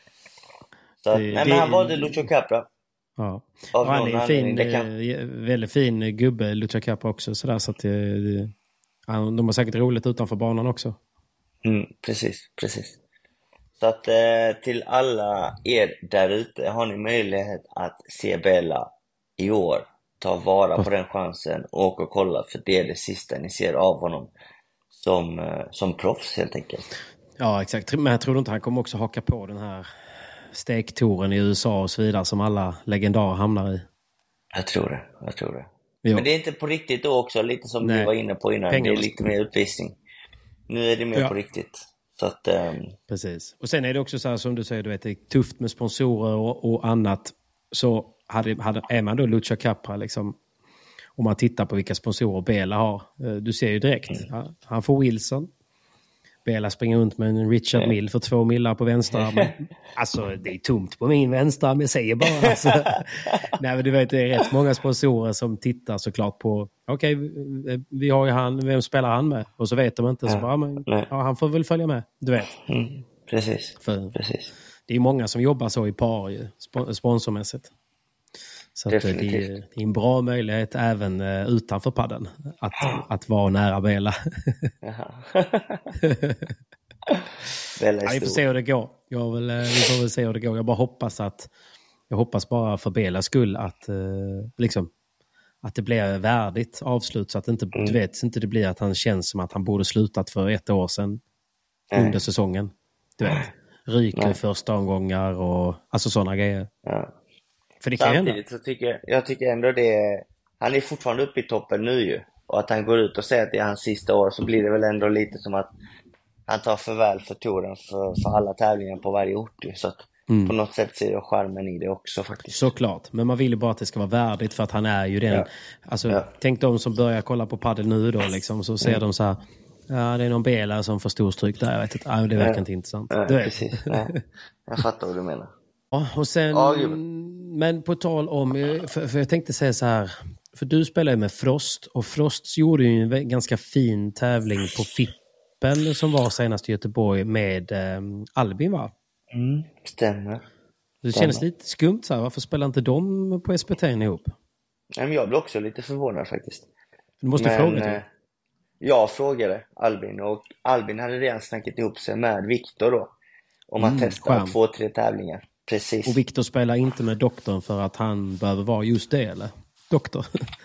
Så, det, nej, det, men han valde Lucha Capra. Ja, och han är en fin, kan... väldigt fin gubbe, Lucha Capra också. Så, där, så att det, det, de har säkert roligt utanför banan också. Mm, precis, precis. Så att eh, till alla er där ute, har ni möjlighet att se Bela i år, ta vara på den chansen och åka och kolla, för det är det sista ni ser av honom som, eh, som proffs helt enkelt. Ja, exakt. Men jag tror inte han kommer också haka på den här stektoren i U S A och så vidare som alla legendarer hamnar i. Jag tror det, jag tror det. Jo. Men det är inte på riktigt då också, lite som Nej. vi var inne på innan. Pengar. Det är lite mer utvisning. Nu är det mer ja. på riktigt. Så att, um... Precis. Och sen är det också så här som du säger, du vet, det är tufft med sponsorer och, och annat. Så hade, hade, är man då Lucha Capra liksom, om man tittar på vilka sponsorer Bela har, du ser ju direkt. Mm. Han får Wilson. Bela springer runt med en Richard mm. Mill för två millar på vänsterarmen. Alltså det är tomt på min vänsterarm, jag säger bara. Alltså. Nej, men du vet, det är rätt många sponsorer som tittar såklart på, okej, okay, vi har ju han, vem spelar han med? Och så vet de inte, så bara, men, ja, han får väl följa med, du vet. Mm. Precis. För Precis. Det är många som jobbar så i par ju, sponsormässigt. Så att det, är, det är en bra möjlighet även uh, utanför padden att, att vara nära Bela. Bela ja, vi får se hur det går. Jag vill, uh, vi får väl se hur det går. Jag bara hoppas att jag hoppas bara för Belas skull att uh, liksom att det blir värdigt avslut, så att inte mm. du vet inte det blir att han känns som att han borde slutat för ett år sedan mm. under säsongen. Du vet, ryker Nej. första omgångar och alltså sådana grejer. Ja. För det kan Samtidigt så tycker jag, jag tycker ändå det är, han är fortfarande uppe i toppen nu ju, och att han går ut och säger att det är hans sista år, så blir det väl ändå lite som att han tar för väl för touren för, för alla tävlingar på varje ort ju. Så att mm. på något sätt ser jag skärmen i det också faktiskt. Såklart, men man vill ju bara att det ska vara värdigt, för att han är ju den, ja. alltså ja. tänk de som börjar kolla på padel nu då liksom, så ser mm. de så här, ja det är någon Bela som får stor stryk där, jag vet inte, ja, det verkar ja. inte intressant. Ja, du vet. Precis, ja. Jag fattar vad du menar. Ja, och sen, ja, men på tal om, för, för jag tänkte säga så här, för du spelar ju med Frost, och Frost gjorde ju en ganska fin tävling på Fippen som var senast i Göteborg med eh, Albin, va? Mm, stämmer. Det känns lite skumt så här, varför spelar inte de på S P T ihop? Nej, men jag blev också lite förvånad faktiskt. Du måste men, fråga dig. jag frågade Albin, och Albin hade redan snackat ihop sig med Viktor då om att Mm, testa skärm. två, tre tävlingar. Precis. Och Viktor spelar inte med doktorn för att han behöver vara just det, eller? Doktor.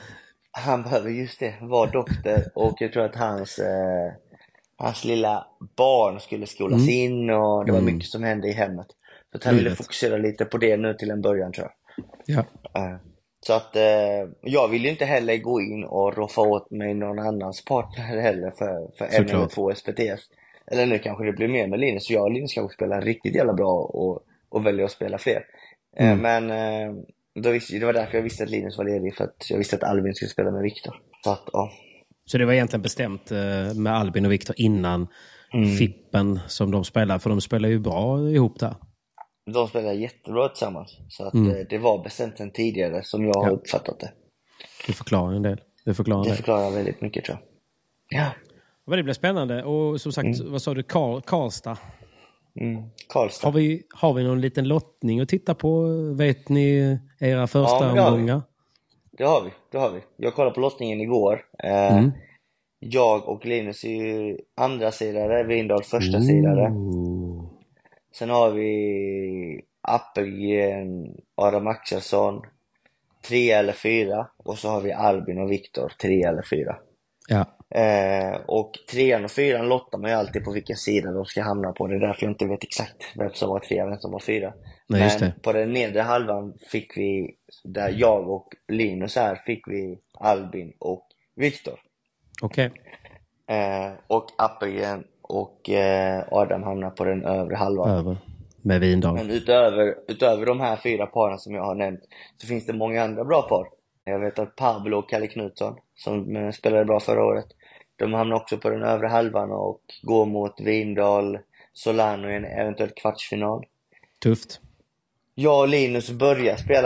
Han behöver just det, vara doktor, och jag tror att hans, eh, hans lilla barn skulle skolas Mm. in, och det var Mm. mycket som hände i hemmet. Så att han ville Livet. fokusera lite på det nu till en början, tror jag. Ja. Eh, Så att eh, jag vill ju inte heller gå in och roffa åt mig någon annans partner heller för, för en Såklart. eller två S P T S. Eller nu kanske det blir mer med Linus, så jag och Linus kanske spelar riktigt jävla bra och, och väljer att spela fler. Eh, Mm. Men eh, då visste, det var därför jag visste att Linus var ledig, för att jag visste att Albin skulle spela med Viktor. Så att, ja. Så det var egentligen bestämt eh, med Albin och Viktor innan Mm. Fippen som de spelar. För de spelar ju bra ihop där. De spelar jättebra tillsammans. Så att Mm. eh, det var bestämt sen tidigare, som jag har Ja. uppfattat det. Det förklarar en del. Det förklarar en Det del. förklarar väldigt mycket, tror jag. Ja. Men det blir spännande. Och som sagt, vad sa du? Karl, Karlstad. Mm. Karlstad. Har vi, har vi någon liten lottning att titta på? Vet ni era första Ja, men det har vi. omgångar? Det har vi, det har vi. Jag kollade på lottningen igår. Eh, Mm. Jag och Linus är ju andra sidare, Vindal första sidare. Ooh. Sen har vi Appelgren, Adam Axelsson, tre eller fyra. Och så har vi Albin och Viktor, tre eller fyra. Ja. Eh, och trean och fyran lottar man ju alltid på vilken sida de ska hamna på. Det är därför jag inte vet exakt vem som var tre och vem som var fyra. Nej, just Men det. på den nedre halvan fick vi, där jag och Linus är, fick vi Albin och Viktor. Okej. Eh, och Appelgren och eh, Adam hamnar på den övre halvan. Över. Med Vindal. Men utöver, utöver de här fyra paren som jag har nämnt, så finns det många andra bra par. Jag vet att Pablo och Kalle Knutsson, som eh, spelade bra förra året, de hamnar också på den övre halvan och går mot Vindal, Solano i en eventuell kvartsfinal. Tufft. Jag och Linus börjar spela,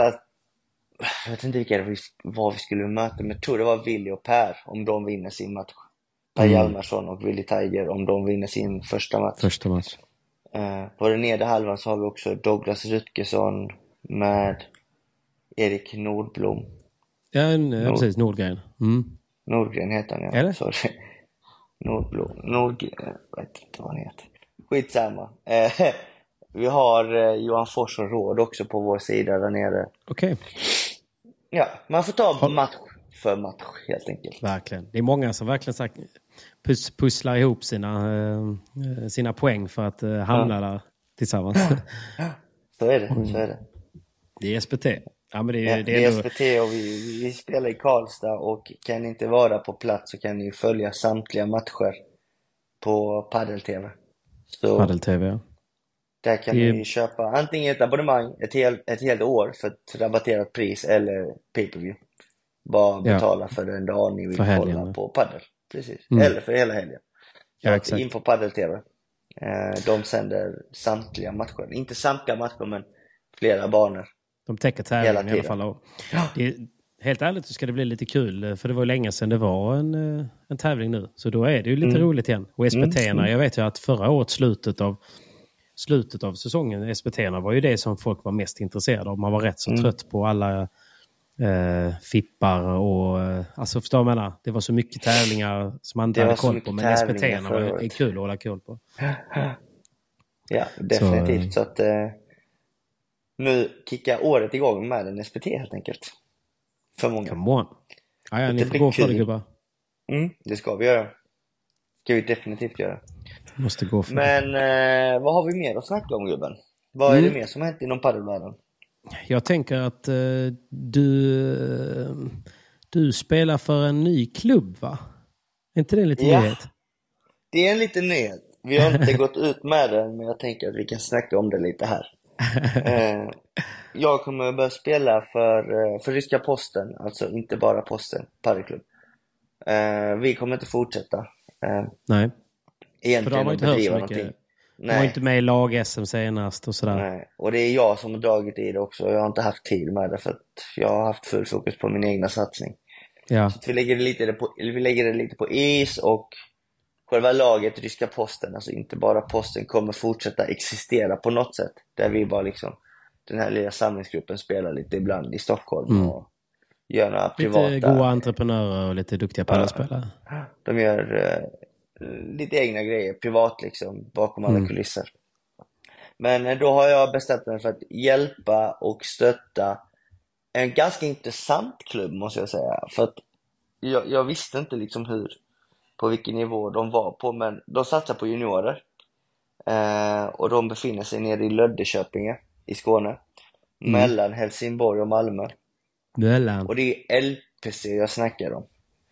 jag vet inte vilka det var vi skulle möta, men jag tror det var Willy och Per om de vinner sin match. Per Mm. Hjalmarsson och Willy Tiger om de vinner sin första match. Första match. Eh, på den nedre halvan så har vi också Douglas Rutgersson med Erik Nordblom. Ja, en, ja Nord- precis. Nordgren. Mm. Nordgren heter han, ja. Är det? Sorry. Nordblom. Nordgren, jag vet inte vad han heter. Skitsamma. Eh, vi har eh, Johan Fors och Råd också på vår sida där nere. Okej. Ja, man får ta Har- match för match helt enkelt. Verkligen. Det är många som verkligen sagt, pus, pusslar ihop sina, eh, sina poäng för att eh, hamna där tillsammans. Så är det, så är det. Det är S P T. Ja, men det är, Ja, det det är är ändå, S P T och vi, vi spelar i Karlstad, och kan inte vara på plats så kan ni följa samtliga matcher på Padel-tv. Så Padel-tv. Ja. där kan Det är- ni köpa antingen ett abonnemang ett, hel, ett helt år för ett rabatterat pris, eller pay-per-view. Bara Ja. betala för den dag ni vill För helgen, kolla ja. på padel. Precis. Mm. Eller för hela helgen. Så Ja, att exakt. in på Padel-tv. Eh, de sänder samtliga matcher. Inte samtliga matcher, men flera banor. De täcker Hela tävlingen i alla tiden. fall. Och det är, helt ärligt så ska det bli lite kul. För det var länge sedan det var en, eh, en tävling nu. Så då är det ju lite Mm. roligt igen. Och S P T-erna, Mm. jag vet ju att förra året slutet av slutet av säsongen, S P T-erna var ju det som folk var mest intresserade av. Man var rätt så Mm. trött på alla eh, fippar och eh, alltså förstår man, menar, det var så mycket tävlingar som man inte Det var hade så koll mycket på. Men S P tävlingar T-erna förra var året. är kul att hålla koll på. Ja, definitivt. Så, Så, att eh, nu kickar året igång med en S P T helt enkelt. För många. Come on. Ja, ja, Det ni får blir gå för det, kul. gubbar. Mm, det ska vi göra. Ska vi definitivt göra. Måste gå för det. Men eh, vad har vi mer att snacka om, gubben? Vad är Mm. det mer som har hänt inom padelvärlden? Jag tänker att eh, du, eh, du spelar för en ny klubb, va? Är inte det en liten Ja. nyhet? Det är en liten nyhet. Vi har inte gått ut med den, men jag tänker att vi kan snacka om det lite här. eh, jag kommer börja spela för, eh, för Ryska Posten, alltså inte bara Posten, padelklubb. Eh, vi kommer inte fortsätta. Eh, Nej, för egentligen då har man att inte hört bedriva så mycket. någonting. Du var Nej. inte med i lag-S M senast och sådär. Nej, och det är jag som har dragit i det också. Jag har inte haft tid med det för att jag har haft full fokus på min egna satsning. Ja, Så att vi lägger det lite på, vi lägger det lite på is, och själva laget Ryska Posten, alltså inte bara Posten, kommer fortsätta existera på något sätt. Där vi bara liksom, den här lilla samlingsgruppen spelar lite ibland i Stockholm Mm. och gör några privata... Lite goda entreprenörer och lite duktiga padelspelare. Ja, de gör uh, lite egna grejer privat liksom, bakom alla mm. kulisser. Men då har jag bestämt mig för att hjälpa och stötta en ganska intressant klubb, måste jag säga. För att jag, jag visste inte liksom hur, på vilken nivå de var på, men de satsar på juniorer. Eh, och de befinner sig nere i Löddeköpinge i Skåne. Mm. Mellan Helsingborg och Malmö. Mellan. Och det är L P C jag snackar om.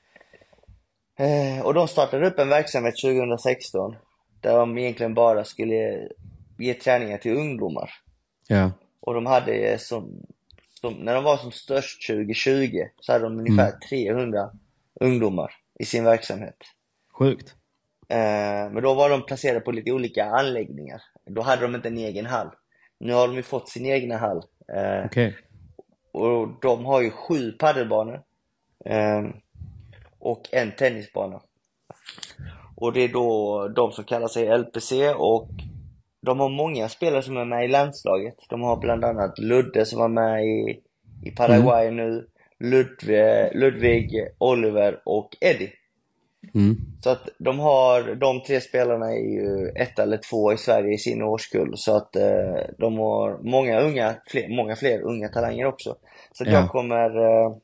Eh, och de startade upp en verksamhet tjugo sexton. Där de egentligen bara skulle ge träningar till ungdomar. Ja. Och de hade som, som när de var som störst tjugo tjugo så hade de ungefär mm. trehundra ungdomar i sin verksamhet. Sjukt. Eh, men då var de placerade på lite olika anläggningar. Då hade de inte en egen hall. Nu har de ju fått sin egna hall. Eh, okay. Och de har ju sju paddelbanor. Eh, och en tennisbana. Och det är då de som kallar sig L P C, och de har många spelare som är med i landslaget. De har bland annat Ludde som var med i, i Paraguay mm. nu. Ludvig, Ludvig, Oliver och Eddie. Mm. Så att de har, de tre spelarna är ju ett eller två i Sverige i sin årskull. Så att eh, de har många unga, fler, många fler unga talanger också. Så att ja. jag kommer eh,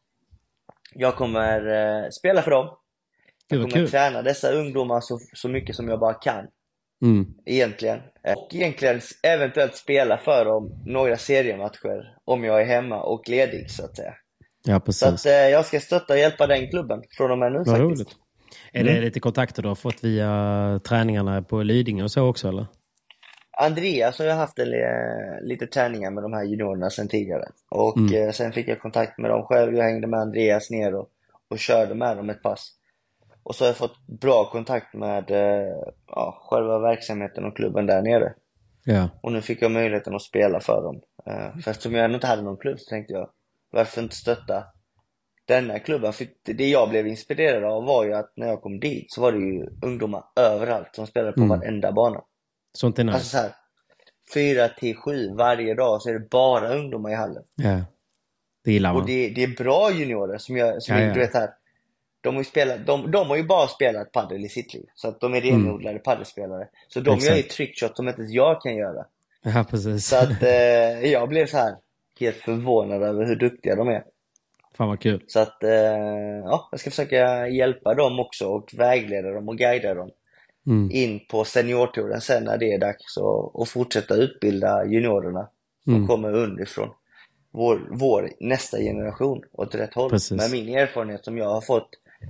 jag kommer eh, spela för dem. Jag kommer kul. träna dessa ungdomar så, så mycket som jag bara kan. Mm. Egentligen. Och egentligen eventuellt spela för dem några seriematcher om jag är hemma och ledig, så att säga. Ja, precis. Så att eh, jag ska stötta och hjälpa den klubben från och med nu. Vad faktiskt. Roligt. Är mm. det lite kontakter du har fått via träningarna på Lidingö och så också, eller? Andreas har jag haft en, lite träningar med de här juniorerna sedan tidigare. Och mm. eh, sen fick jag kontakt med dem själv. Jag hängde med Andreas ner och, och körde med dem ett pass. Och så har jag fått bra kontakt med eh, ja, själva verksamheten och klubben där nere. Ja. Och nu fick jag möjligheten att spela för dem. Eh, för eftersom jag inte hade någon klubb så tänkte jag, varför inte stötta denna klubben? För det jag blev inspirerad av var ju att när jag kom dit så var det ju ungdomar överallt som spelade på mm. varenda bana. Sånt är nice. Alltså så här, fyra till sju varje dag så är det bara ungdomar i hallen. Ja, det gillar man. Och det, det är bra juniorer som jag, som ja, jag, ja. du vet här. De har ju spelat, de, de har ju bara spelat paddel i sitt liv. Så att de är renodlade mm. paddelspelare. Så de Exakt. gör ju trickshot som inte ens jag kan göra. Ja, precis. Så att eh, jag blev så här helt förvånad över hur duktiga de är. Fan vad kul. Så att eh, ja, jag ska försöka hjälpa dem också och vägleda dem och guida dem mm. in på seniortouren sen när det är dags, och, och fortsätta utbilda juniorerna som mm. kommer underifrån. Vår, vår nästa generation åt rätt håll. Precis. Med min erfarenhet som jag har fått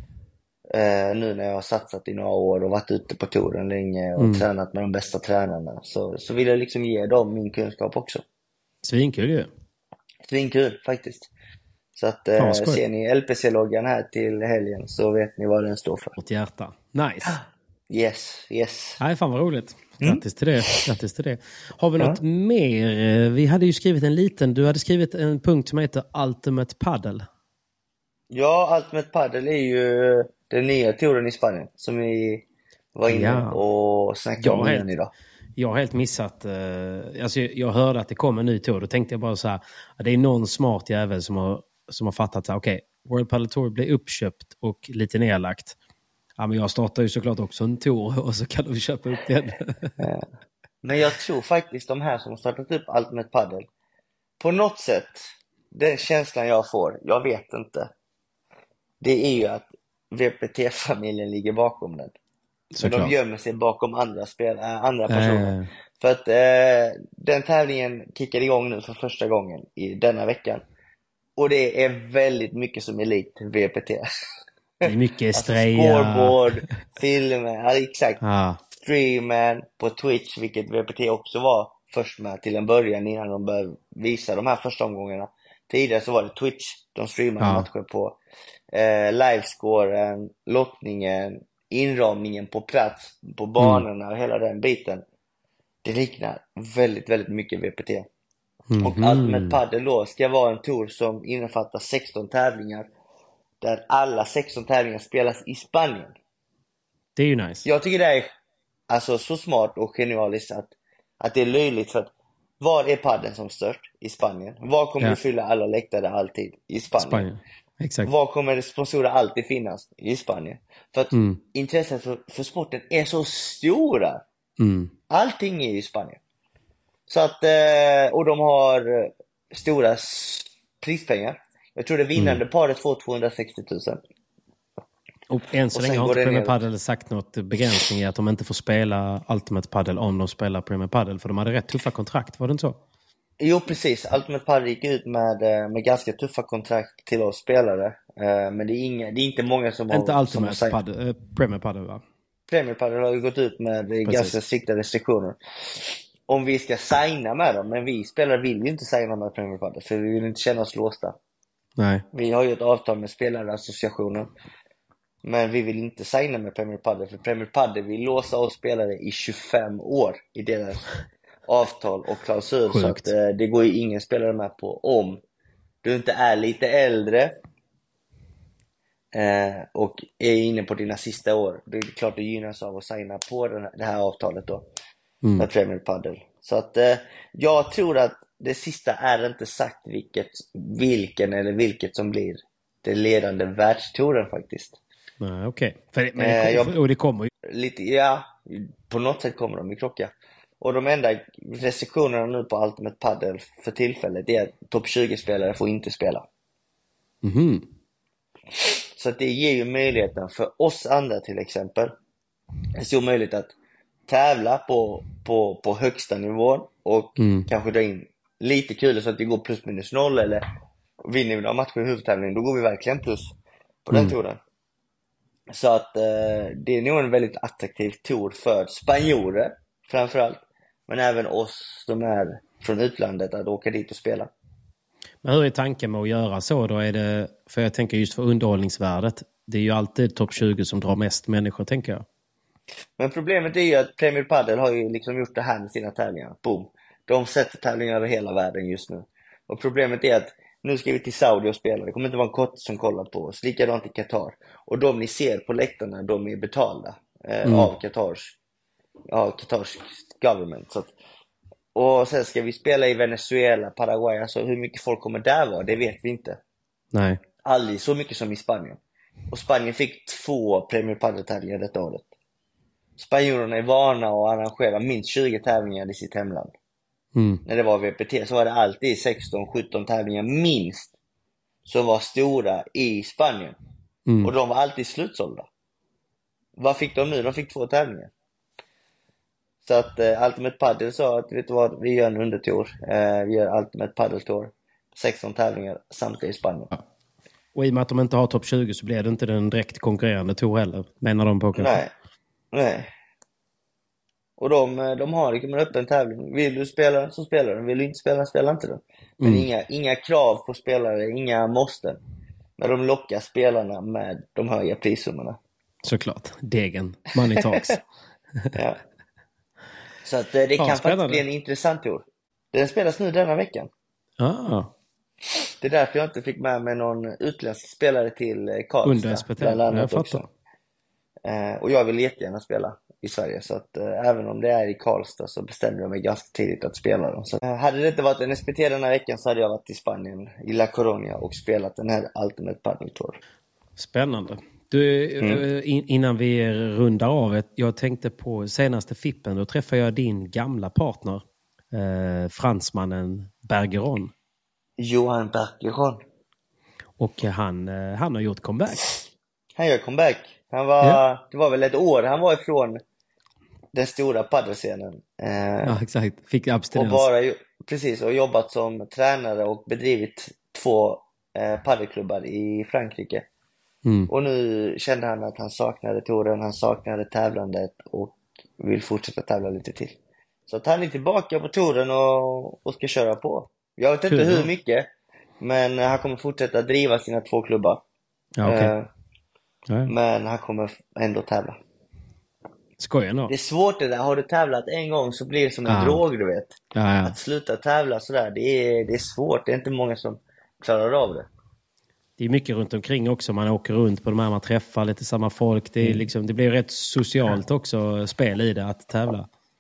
eh, nu när jag har satsat i några år och varit ute på touren länge och mm. tränat med de bästa tränarna, så, så vill jag liksom ge dem min kunskap också. Svinkul ju. Svinkul faktiskt. Så att eh, ser ni L P C-loggan här till helgen så vet ni vad den står för. Ett hjärta. Nice. Yes, yes. Nej, fan vad roligt. Grattis mm. till det. Grattis till det. Har vi ja. något mer? Vi hade ju skrivit en liten, du hade skrivit en punkt som heter Ultimate Paddle. Ja, Ultimate Paddle är ju den nya touren i Spanien som vi var inne ja. och snackade om helt, idag. Jag har helt missat, eh, alltså jag hörde att det kom en ny tour. Då tänkte jag bara så här, att det är någon smart jävel som har, som har fattat så här, okej, okay, World Padel Tour blir uppköpt och lite nedlagt. Ja, men jag startar ju såklart också en tour och så kan du köpa upp den. Ja. Men jag tror faktiskt de här som har startat upp Ultimate Paddle, på något sätt, den känslan jag får, jag vet inte, det är ju att V P T-familjen ligger bakom den. Så de gömmer sig bakom andra, spel, äh, andra personer. Äh. För att äh, den tävlingen kickar igång nu för första gången i denna veckan. Och det är väldigt mycket som är likt V P T. Det är mycket alltså streja. Scoreboard, filmer, ja, exakt. Ah. Streamen på Twitch, vilket V P T också var först med till en början innan de började visa de här första omgångarna. Tidigare så var det Twitch de streamade ah. matcher på. Eh, livescoren, lottningen, inramningen på plats, på banorna och hela den biten. Det liknar väldigt, väldigt mycket V P T. Mm-hmm. Och Ultimate Paddle då ska vara en tour som innefattar sexton tävlingar. Där alla sexton tävlingar spelas i Spanien. Det är ju nice. Jag tycker det är alltså så smart och genialiskt att, att det är löjligt, för att Var är padden som störst? I Spanien. Var kommer Ja. du fylla alla läktare alltid? I Spanien. Spanien. Exakt. Var kommer sponsorer alltid finnas? I Spanien. För att Mm. intresset för, för sporten är så stora. Mm. Allting är i Spanien. Så att, eh, och de har stora s- prispengar. Jag tror det vinnande paret får tvåhundrasextio tusen. Och än så Och länge sen har går inte det Premier ner. Padel sagt något begränsning i att de inte får spela Ultimate Padel om de spelar Premier Padel. För de hade rätt tuffa kontrakt, var det inte så? Jo, precis. Ultimate Padel gick ut med, eh, med ganska tuffa kontrakt till oss spelare. Eh, Men det är, inga, det är inte många som har... Inte som har Ultimate signat. Padel, eh, Premier Padel, va? Premier Padel har ju gått ut med eh, ganska strikta restriktioner. Om vi ska signa med dem, men vi spelare vill ju inte signa med Premier Padel, för vi vill inte känna oss låsta. Nej. Vi har ju ett avtal med spelarassociationen, men vi vill inte signa med Premier Padel, för Premier Padel vill låsa oss spelare i tjugofem år i deras avtal och klausul. Så Sjukt. att, eh, det går ju ingen spelare med på om du inte är lite äldre eh, och är inne på dina sista år. Det är klart du gynnas av att signa på den här, det här avtalet då Mm. med Premier Padel. Så att eh, jag tror att det sista är inte sagt vilket, vilken eller vilket som blir det ledande världstouren faktiskt. Nej, okej. För det- Men Eh, det, kom, jag- och det kommer ju. Lite, ja, på något sätt kommer de i krocka. Och de enda restriktionerna nu på Ultimate Padel för tillfället är att topp tjugo-spelare får inte spela. Mhm. Så att det ger ju möjligheten för oss andra till exempel, en stor möjlighet att tävla på, på, på högsta nivån och Mm. kanske dra in lite kul så att vi går plus minus noll, eller vinner vi några matcher i huvudtävlingen, då går vi verkligen plus på den Mm. touren. Så att eh, det är nog en väldigt attraktiv tour för spanjorer framförallt, men även oss som är från utlandet att åka dit och spela. Men hur är tanken med att göra så då? Är det, för jag tänker just för underhållningsvärdet. Det är ju alltid topp tjugo som drar mest människor, tänker jag. Men problemet är ju att Premier Padel har ju liksom gjort det här med sina tävlingar. Boom. De sätter tävlingar över hela världen just nu. Och problemet är att nu ska vi till Saudi och spela. Det kommer inte vara en kott som kollar på oss. Likadant i Qatar. Och de ni ser på läktarna, de är betalda eh, Mm. av Qatars, ja, Qatars government. Så att, och sen ska vi spela i Venezuela, Paraguay. Alltså hur mycket folk kommer där vara, det vet vi inte. Nej. Aldrig så mycket som i Spanien. Och Spanien fick två Premier Padel-tävlingar detta året. Spanjorerna är vana att arrangera minst tjugo tävlingar i sitt hemland. Mm. När det var V P T så var det alltid sexton sjutton tävlingar minst som var stora i Spanien. Mm. Och de var alltid slutsålda. Vad fick de nu? De fick två tävlingar. Så att eh, Ultimate Padel sa att vet du vad, vi gör en undertour. Eh, vi gör Ultimate Padel Tour. sexton tävlingar samtidigt i Spanien. Och i och med att de inte har topp tjugo så blir det inte den direkt konkurrerande tour heller, menar de på kanske. Nej, nej. Och de, de har liksom en öppen tävling. Vill du spela så spelar du. Vill du inte spela, spela inte du. Men Mm. inga, inga krav på spelare, inga måsten. Men de lockar spelarna med de höga prissummorna. Såklart. Degen. Money talks. Ja. Så att eh, det Ja, kan spännande. faktiskt bli en intressant tour. Den spelas nu denna veckan. ah. Det är därför jag inte fick med mig någon utländsk spelare till eh, Karlstad. Under S P T. bland annat Jag också. fattar. Eh, och jag vill jättegärna spela i Sverige. Så att eh, även om det är i Karlstad så bestämde jag mig ganska tidigt att spela dem. Så, eh, hade det inte varit en S P T den här veckan så hade jag varit i Spanien, i La Coruña, och spelat den här Ultimate Padel Tour. Spännande. Du, eh, in, innan vi rundar av, ett- jag tänkte på senaste Fippen, då träffade jag din gamla partner, eh, fransmannen Bergeron. Johan Bergeron. Och han, eh, han har gjort comeback. Han gör comeback. Han var, Ja. Det var väl ett år han var ifrån den stora padelscenen. Eh, Ja, exakt. Fick och abstinens. bara ju- precis, och jobbat som tränare och bedrivit två eh, padelklubbar i Frankrike. Mm. Och nu kände han att han saknade touren, han saknade tävlandet och vill fortsätta tävla lite till. Så att han är tillbaka på touren och, och ska köra på. Jag vet inte Kul, hur ja. mycket, men han kommer fortsätta driva sina två klubbar. Ja, okej. Eh, Ja, ja. men han kommer ändå tävla. Skojar nog. Det är svårt det där, har du tävlat en gång så blir det som en Ja. drog, du vet. Ja, ja. Att sluta tävla sådär, det är, det är svårt, det är inte många som klarar av det. Det är mycket runt omkring också. Man åker runt på de här, man träffar lite samma folk. Det, är liksom, det blir rätt socialt också, spel i det, att tävla.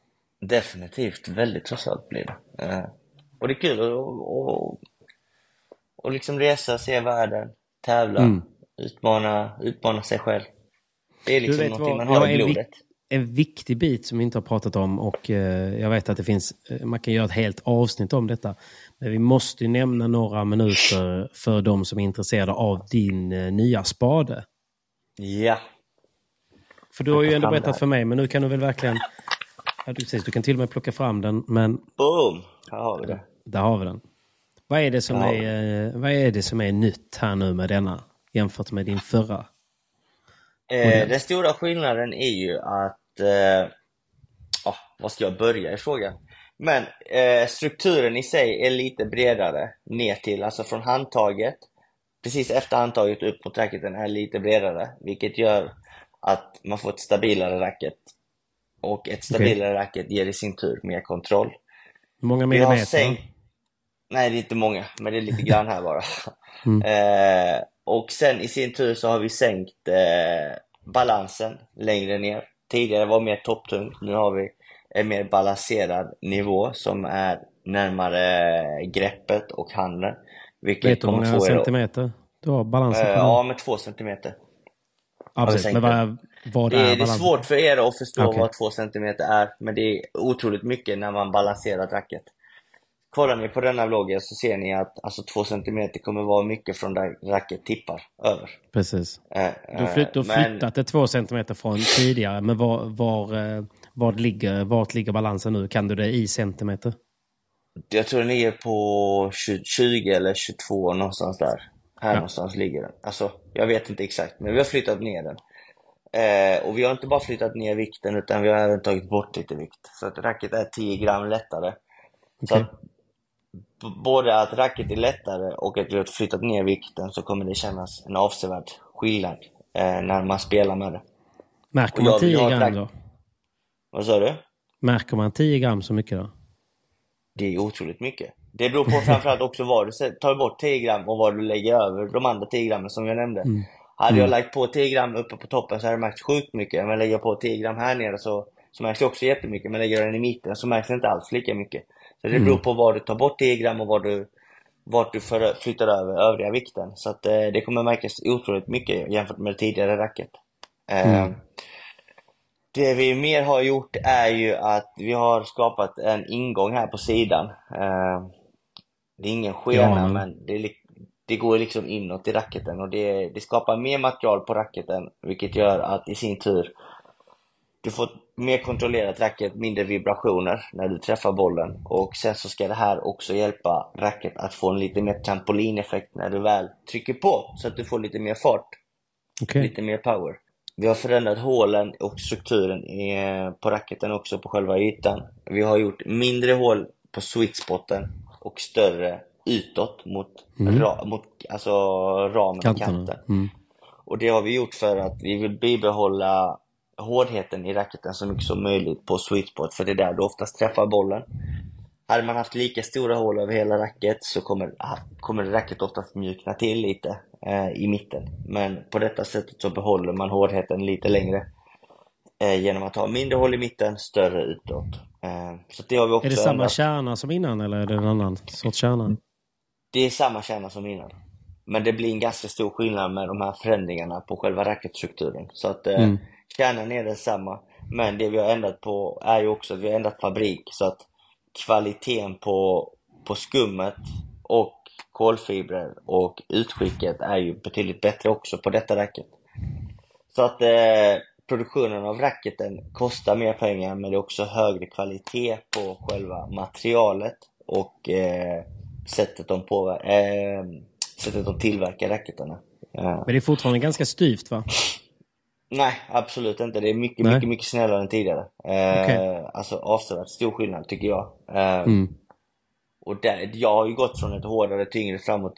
Definitivt, väldigt socialt blir det. Eh, och det är kul att och, och liksom resa, se världen, tävla, mm. utmana, utmana sig själv. Det är liksom någonting man har i blodet. En viktig bit som vi inte har pratat om, och eh, jag vet att det finns, man kan göra ett helt avsnitt om detta, men vi måste ju nämna några minuter för de som är intresserade av din eh, nya spade. Ja. För du har ju ändå berättat för mig, men nu kan du väl verkligen, ja, du, precis, du kan till och med plocka fram den, men boom, här har vi det. Där har vi den. Vad är det som ja. är eh, vad är det som är nytt här nu med denna jämfört med din förra? Eh, den stora skillnaden är ju att eh, oh, vad ska jag börja i frågan? Men eh, strukturen i sig är lite bredare ner till, alltså från handtaget, precis efter handtaget upp mot racketen är lite bredare, vilket gör att man får ett stabilare racket, och ett stabilare okay. racket ger i sin tur mer kontroll. Hur många millimeter? Sänkt... Nej, det är inte många, men det är lite grann här bara. mm. eh, och sen i sin tur så har vi sänkt eh, balansen längre ner. Tidigare var mer topptung, nu har vi en mer balanserad nivå som är närmare greppet och handen. Vilket vet du hur många centimeter du har balansen på? Uh, ja, med två centimeter. Ja, precis. Men vad, vad det, är det är svårt för er att förstå okay. vad två centimeter är, men det är otroligt mycket när man balanserar racket. Kollar ni på denna vloggen så ser ni att alltså, två centimeter kommer vara mycket från där racket tippar över. Precis. Uh, du har flytt, flyttat det två centimeter från tidigare, men var, var, var ligger, vart ligger balansen nu? Kan du det i centimeter? Jag tror den ligger på tjugo eller tjugotvå någonstans där. Här ja. någonstans ligger den. Alltså, jag vet inte exakt, men vi har flyttat ner den. Eh, och vi har inte bara flyttat ner vikten, utan vi har även tagit bort lite vikt. Så att racket är tio gram lättare. Okay. Så att, b- både att racket är lättare och att vi har flyttat ner vikten, så kommer det kännas en avsevärd skillnad eh, när man spelar med det. Märker man tio gram rack- då? Vad sa du? Märker man tio gram så mycket då? Det är otroligt mycket. Det beror på framförallt också vad du tar bort tio gram och vad du lägger över de andra tio grammen som jag nämnde. Mm. Hade jag lagt på tio gram uppe på toppen så hade det märkts sjukt mycket. Men lägger jag på tio gram här nere så, så märks det också jättemycket. Men lägger jag den i mitten så märks det inte alls lika mycket. Så det beror på vad du tar bort tio gram och vad du, vart du för, flyttar över övriga vikten. Så att, eh, det kommer märkas otroligt mycket jämfört med det tidigare racket. Eh, mm. Det vi mer har gjort är ju att vi har skapat en ingång här på sidan. Eh, det är ingen skena, ja, men, men det, det går liksom inåt i racketen. Och det, det skapar mer material på racketen, vilket gör att i sin tur du får mer kontrollerat racket, mindre vibrationer när du träffar bollen. Och sen så ska det här också hjälpa racket att få en lite mer trampolineffekt när du väl trycker på. Så att du får lite mer fart, okay. lite mer power. Vi har förändrat hålen och strukturen i, på racketen också på själva ytan. Vi har gjort mindre hål på sweetspoten och större utåt mot, mm. ra, mot alltså ramen och kanten. Mm. Och det har vi gjort för att vi vill bibehålla hårdheten i racketen så mycket som möjligt på sweetspot. För det är där du oftast träffar bollen. Hade man haft lika stora hål över hela racket så kommer, kommer racket oftast mjukna till lite eh, i mitten. Men på detta sättet så behåller man hårdheten lite längre eh, genom att ha mindre hål i mitten, större utåt. Eh, så det har vi också. Är det samma ändrat. kärna som innan eller är det en annan sorts kärna? Det är samma kärna som innan. Men det blir en ganska stor skillnad med de här förändringarna på själva racketstrukturen. Så att eh, mm. kärnan är densamma. Men det vi har ändrat på är ju också att vi har ändrat fabrik så att kvaliteten på, på skummet och kolfibrer och utskicket är ju betydligt bättre också på detta racket. Så att eh, produktionen av racketen kostar mer pengar, men det är också högre kvalitet på själva materialet och eh, sättet, de på, eh, sättet de tillverkar racketerna. Ja. Men det är fortfarande ganska styvt, va? Nej, absolut inte. Det är mycket, Nej. mycket, mycket snällare än tidigare. Eh, okay. Alltså avsevärt stor skillnad tycker jag. Eh, mm. Och där, jag har ju gått från ett hårdare, tyngre framåt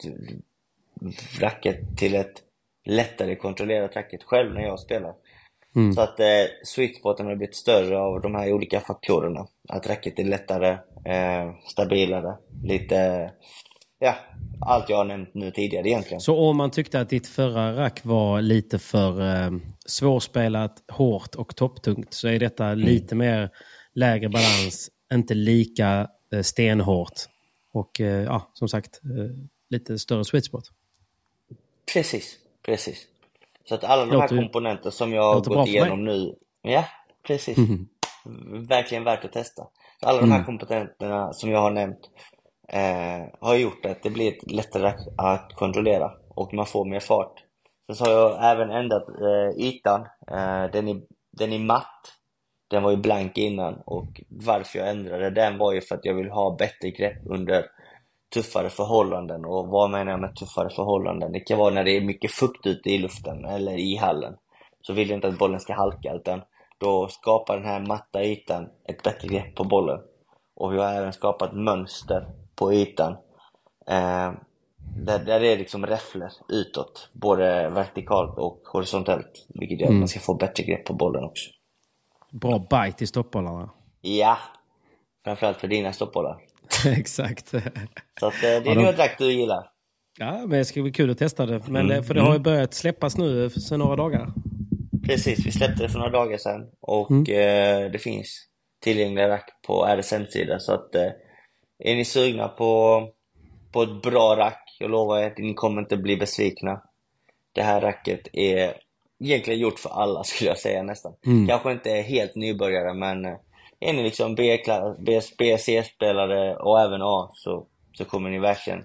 racket till ett lättare kontrollerat racket själv när jag spelar. Mm. Så att eh, sweetspoten har blivit större av de här olika faktorerna. Att racket är lättare, eh, stabilare, lite... Ja, allt jag har nämnt nu tidigare egentligen. Så om man tyckte att ditt förra rack var lite för eh, svårspelat, hårt och topptungt, så är detta mm. lite mer lägre balans, inte lika eh, stenhårt. Och eh, ja, som sagt, eh, lite större sweet spot. Precis, precis. Så att alla de Låter, här komponenter som jag har gått igenom nu, ja, precis. Mm. Verkligen värt att testa. Så alla mm. de här komponenterna som jag har nämnt eh, har gjort att det blir lättare att kontrollera och man får mer fart. Sen så har jag även ändrat eh, ytan. Eh, den, är, den är matt. Den var ju blank innan, och varför jag ändrade den var ju för att jag vill ha bättre grepp under tuffare förhållanden. Och vad menar jag med tuffare förhållanden? Det kan vara när det är mycket fukt ute i luften eller i hallen. Så vill jag inte att bollen ska halka, utan då skapar den här matta ytan ett bättre grepp på bollen. Och vi har även skapat mönster på ytan. Eh, där, där är liksom räfflor utåt, både vertikalt och horisontellt. Vilket gör att mm. man ska få bättre grepp på bollen också. Bra bite i stoppbollarna. Ja, framförallt för dina stoppbollar. Exakt. Så att, det är ja, de... nog drakt du gillar. Ja, men det ska bli kul att testa det. Men mm. för det har ju börjat släppas nu för sedan några dagar. Precis, vi släppte det för några dagar sedan. Och mm. eh, det finns tillgängliga rack på R S M-sidan. Så att eh, är ni sugna på, på ett bra rack, jag lovar att ni kommer inte bli besvikna. Det här racket är egentligen gjort för alla, skulle jag säga nästan. Mm. Kanske inte helt nybörjare, men är ni liksom B C spelare och även A, så, så kommer ni verkligen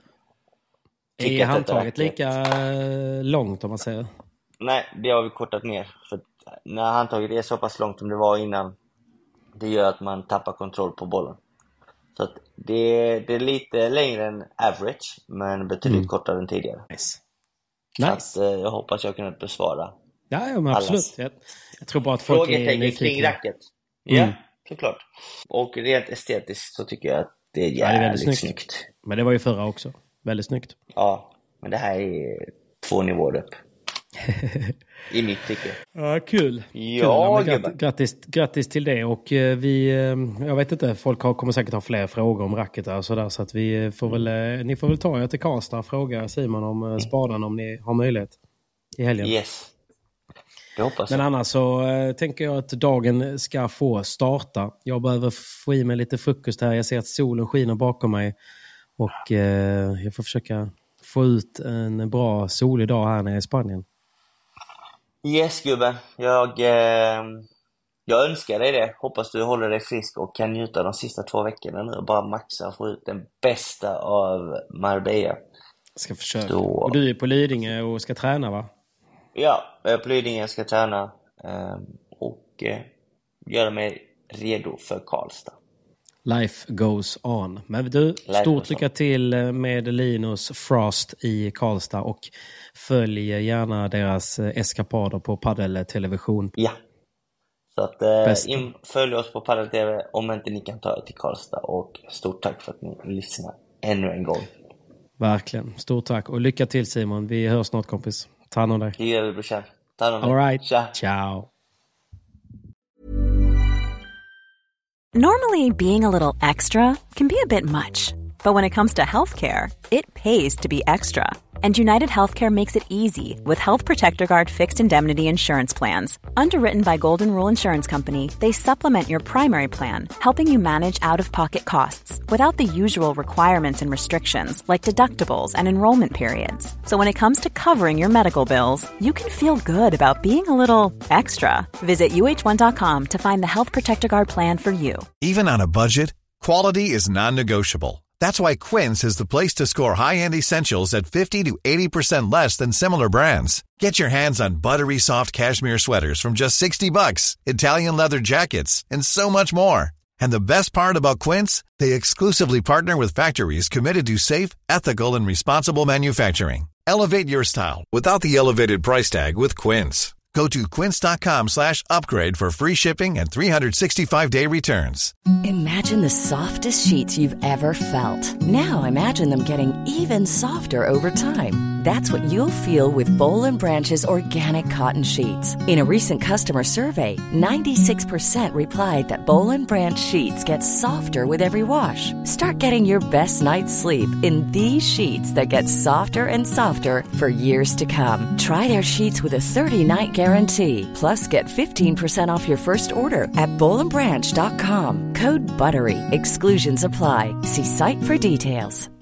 är handtaget lika långt, om man säger? Nej, det har vi kortat ner. För när handtaget är så pass långt som det var innan, det gör att man tappar kontroll på bollen. Så att det, det är lite längre än average, men betydligt mm. kortare än tidigare. Nice. Så nice. Att, jag hoppas jag kunnat besvara. Ja, ja, men absolut. Jag, jag tror bara att folk är nyfikna. Kring racket. Ja, mm. såklart. Och rent estetiskt så tycker jag att det är jävligt, ja, det är väldigt snyggt. snyggt. Men det var ju förra också. Väldigt snyggt. Ja, men det här är två nivåer upp. I mitt tycke. Ja, kul. Ja, kul. Gratt, grattis, grattis till det. Och eh, vi, eh, jag vet inte, folk har, kommer säkert ha fler frågor om racket och sådär. Så att vi får väl, eh, ni får väl ta er till Karlstad och fråga Simon om eh, spadan, om ni har möjlighet i helgen. Yes. Jag hoppas. Men annars så eh, tänker jag att dagen ska få starta. Jag behöver få i mig lite frukost här. Jag ser att solen skiner bakom mig. Och eh, jag får försöka få ut en bra solig dag här nere i Spanien. Yes, gubben. Jag, eh, jag önskar dig det. Hoppas du håller dig frisk och kan njuta de sista två veckorna nu och bara maxa och få ut den bästa av Marbella. Jag ska försöka. Då... Och du är på Lidingö och ska träna, va? Ja, jag är på Lidingö och ska träna eh, och eh, göra mig redo för Karlstad. Life goes on. Men du, Life stort lycka till med Linus Frost i Karlstad och följ gärna deras eskapader på Padel-television. Ja, så att eh, in, följ oss på Padel-T V om inte ni kan ta er till Karlstad, och stort tack för att ni lyssnar ännu en gång. Verkligen, stort tack och lycka till Simon. Vi hörs snart, kompis. Ta hand om dig. Det gör vi, brorsan. Ta hand om dig. All right. Tja. Ciao. Normally, being a little extra can be a bit much, but when it comes to healthcare, it pays to be extra. And United Healthcare makes it easy with Health Protector Guard fixed indemnity insurance plans. Underwritten by Golden Rule Insurance Company, they supplement your primary plan, helping you manage out-of-pocket costs without the usual requirements and restrictions like deductibles and enrollment periods. So when it comes to covering your medical bills, you can feel good about being a little extra. Visit U H one dot com to find the Health Protector Guard plan for you. Even on a budget, quality is non-negotiable. That's why Quince is the place to score high-end essentials at fifty to eighty percent less than similar brands. Get your hands on buttery soft cashmere sweaters from just sixty bucks, Italian leather jackets, and so much more. And the best part about Quince, they exclusively partner with factories committed to safe, ethical, and responsible manufacturing. Elevate your style without the elevated price tag with Quince. Go to quince.com slash upgrade for free shipping and three sixty-five day returns. Imagine the softest sheets you've ever felt. Now imagine them getting even softer over time. That's what you'll feel with Bowl and Branch's organic cotton sheets. In a recent customer survey, ninety-six percent replied that Bowl and Branch sheets get softer with every wash. Start getting your best night's sleep in these sheets that get softer and softer for years to come. Try their sheets with a thirty-night guarantee. Plus, get fifteen percent off your first order at bowl and branch dot com. Code BUTTERY. Exclusions apply. See site for details.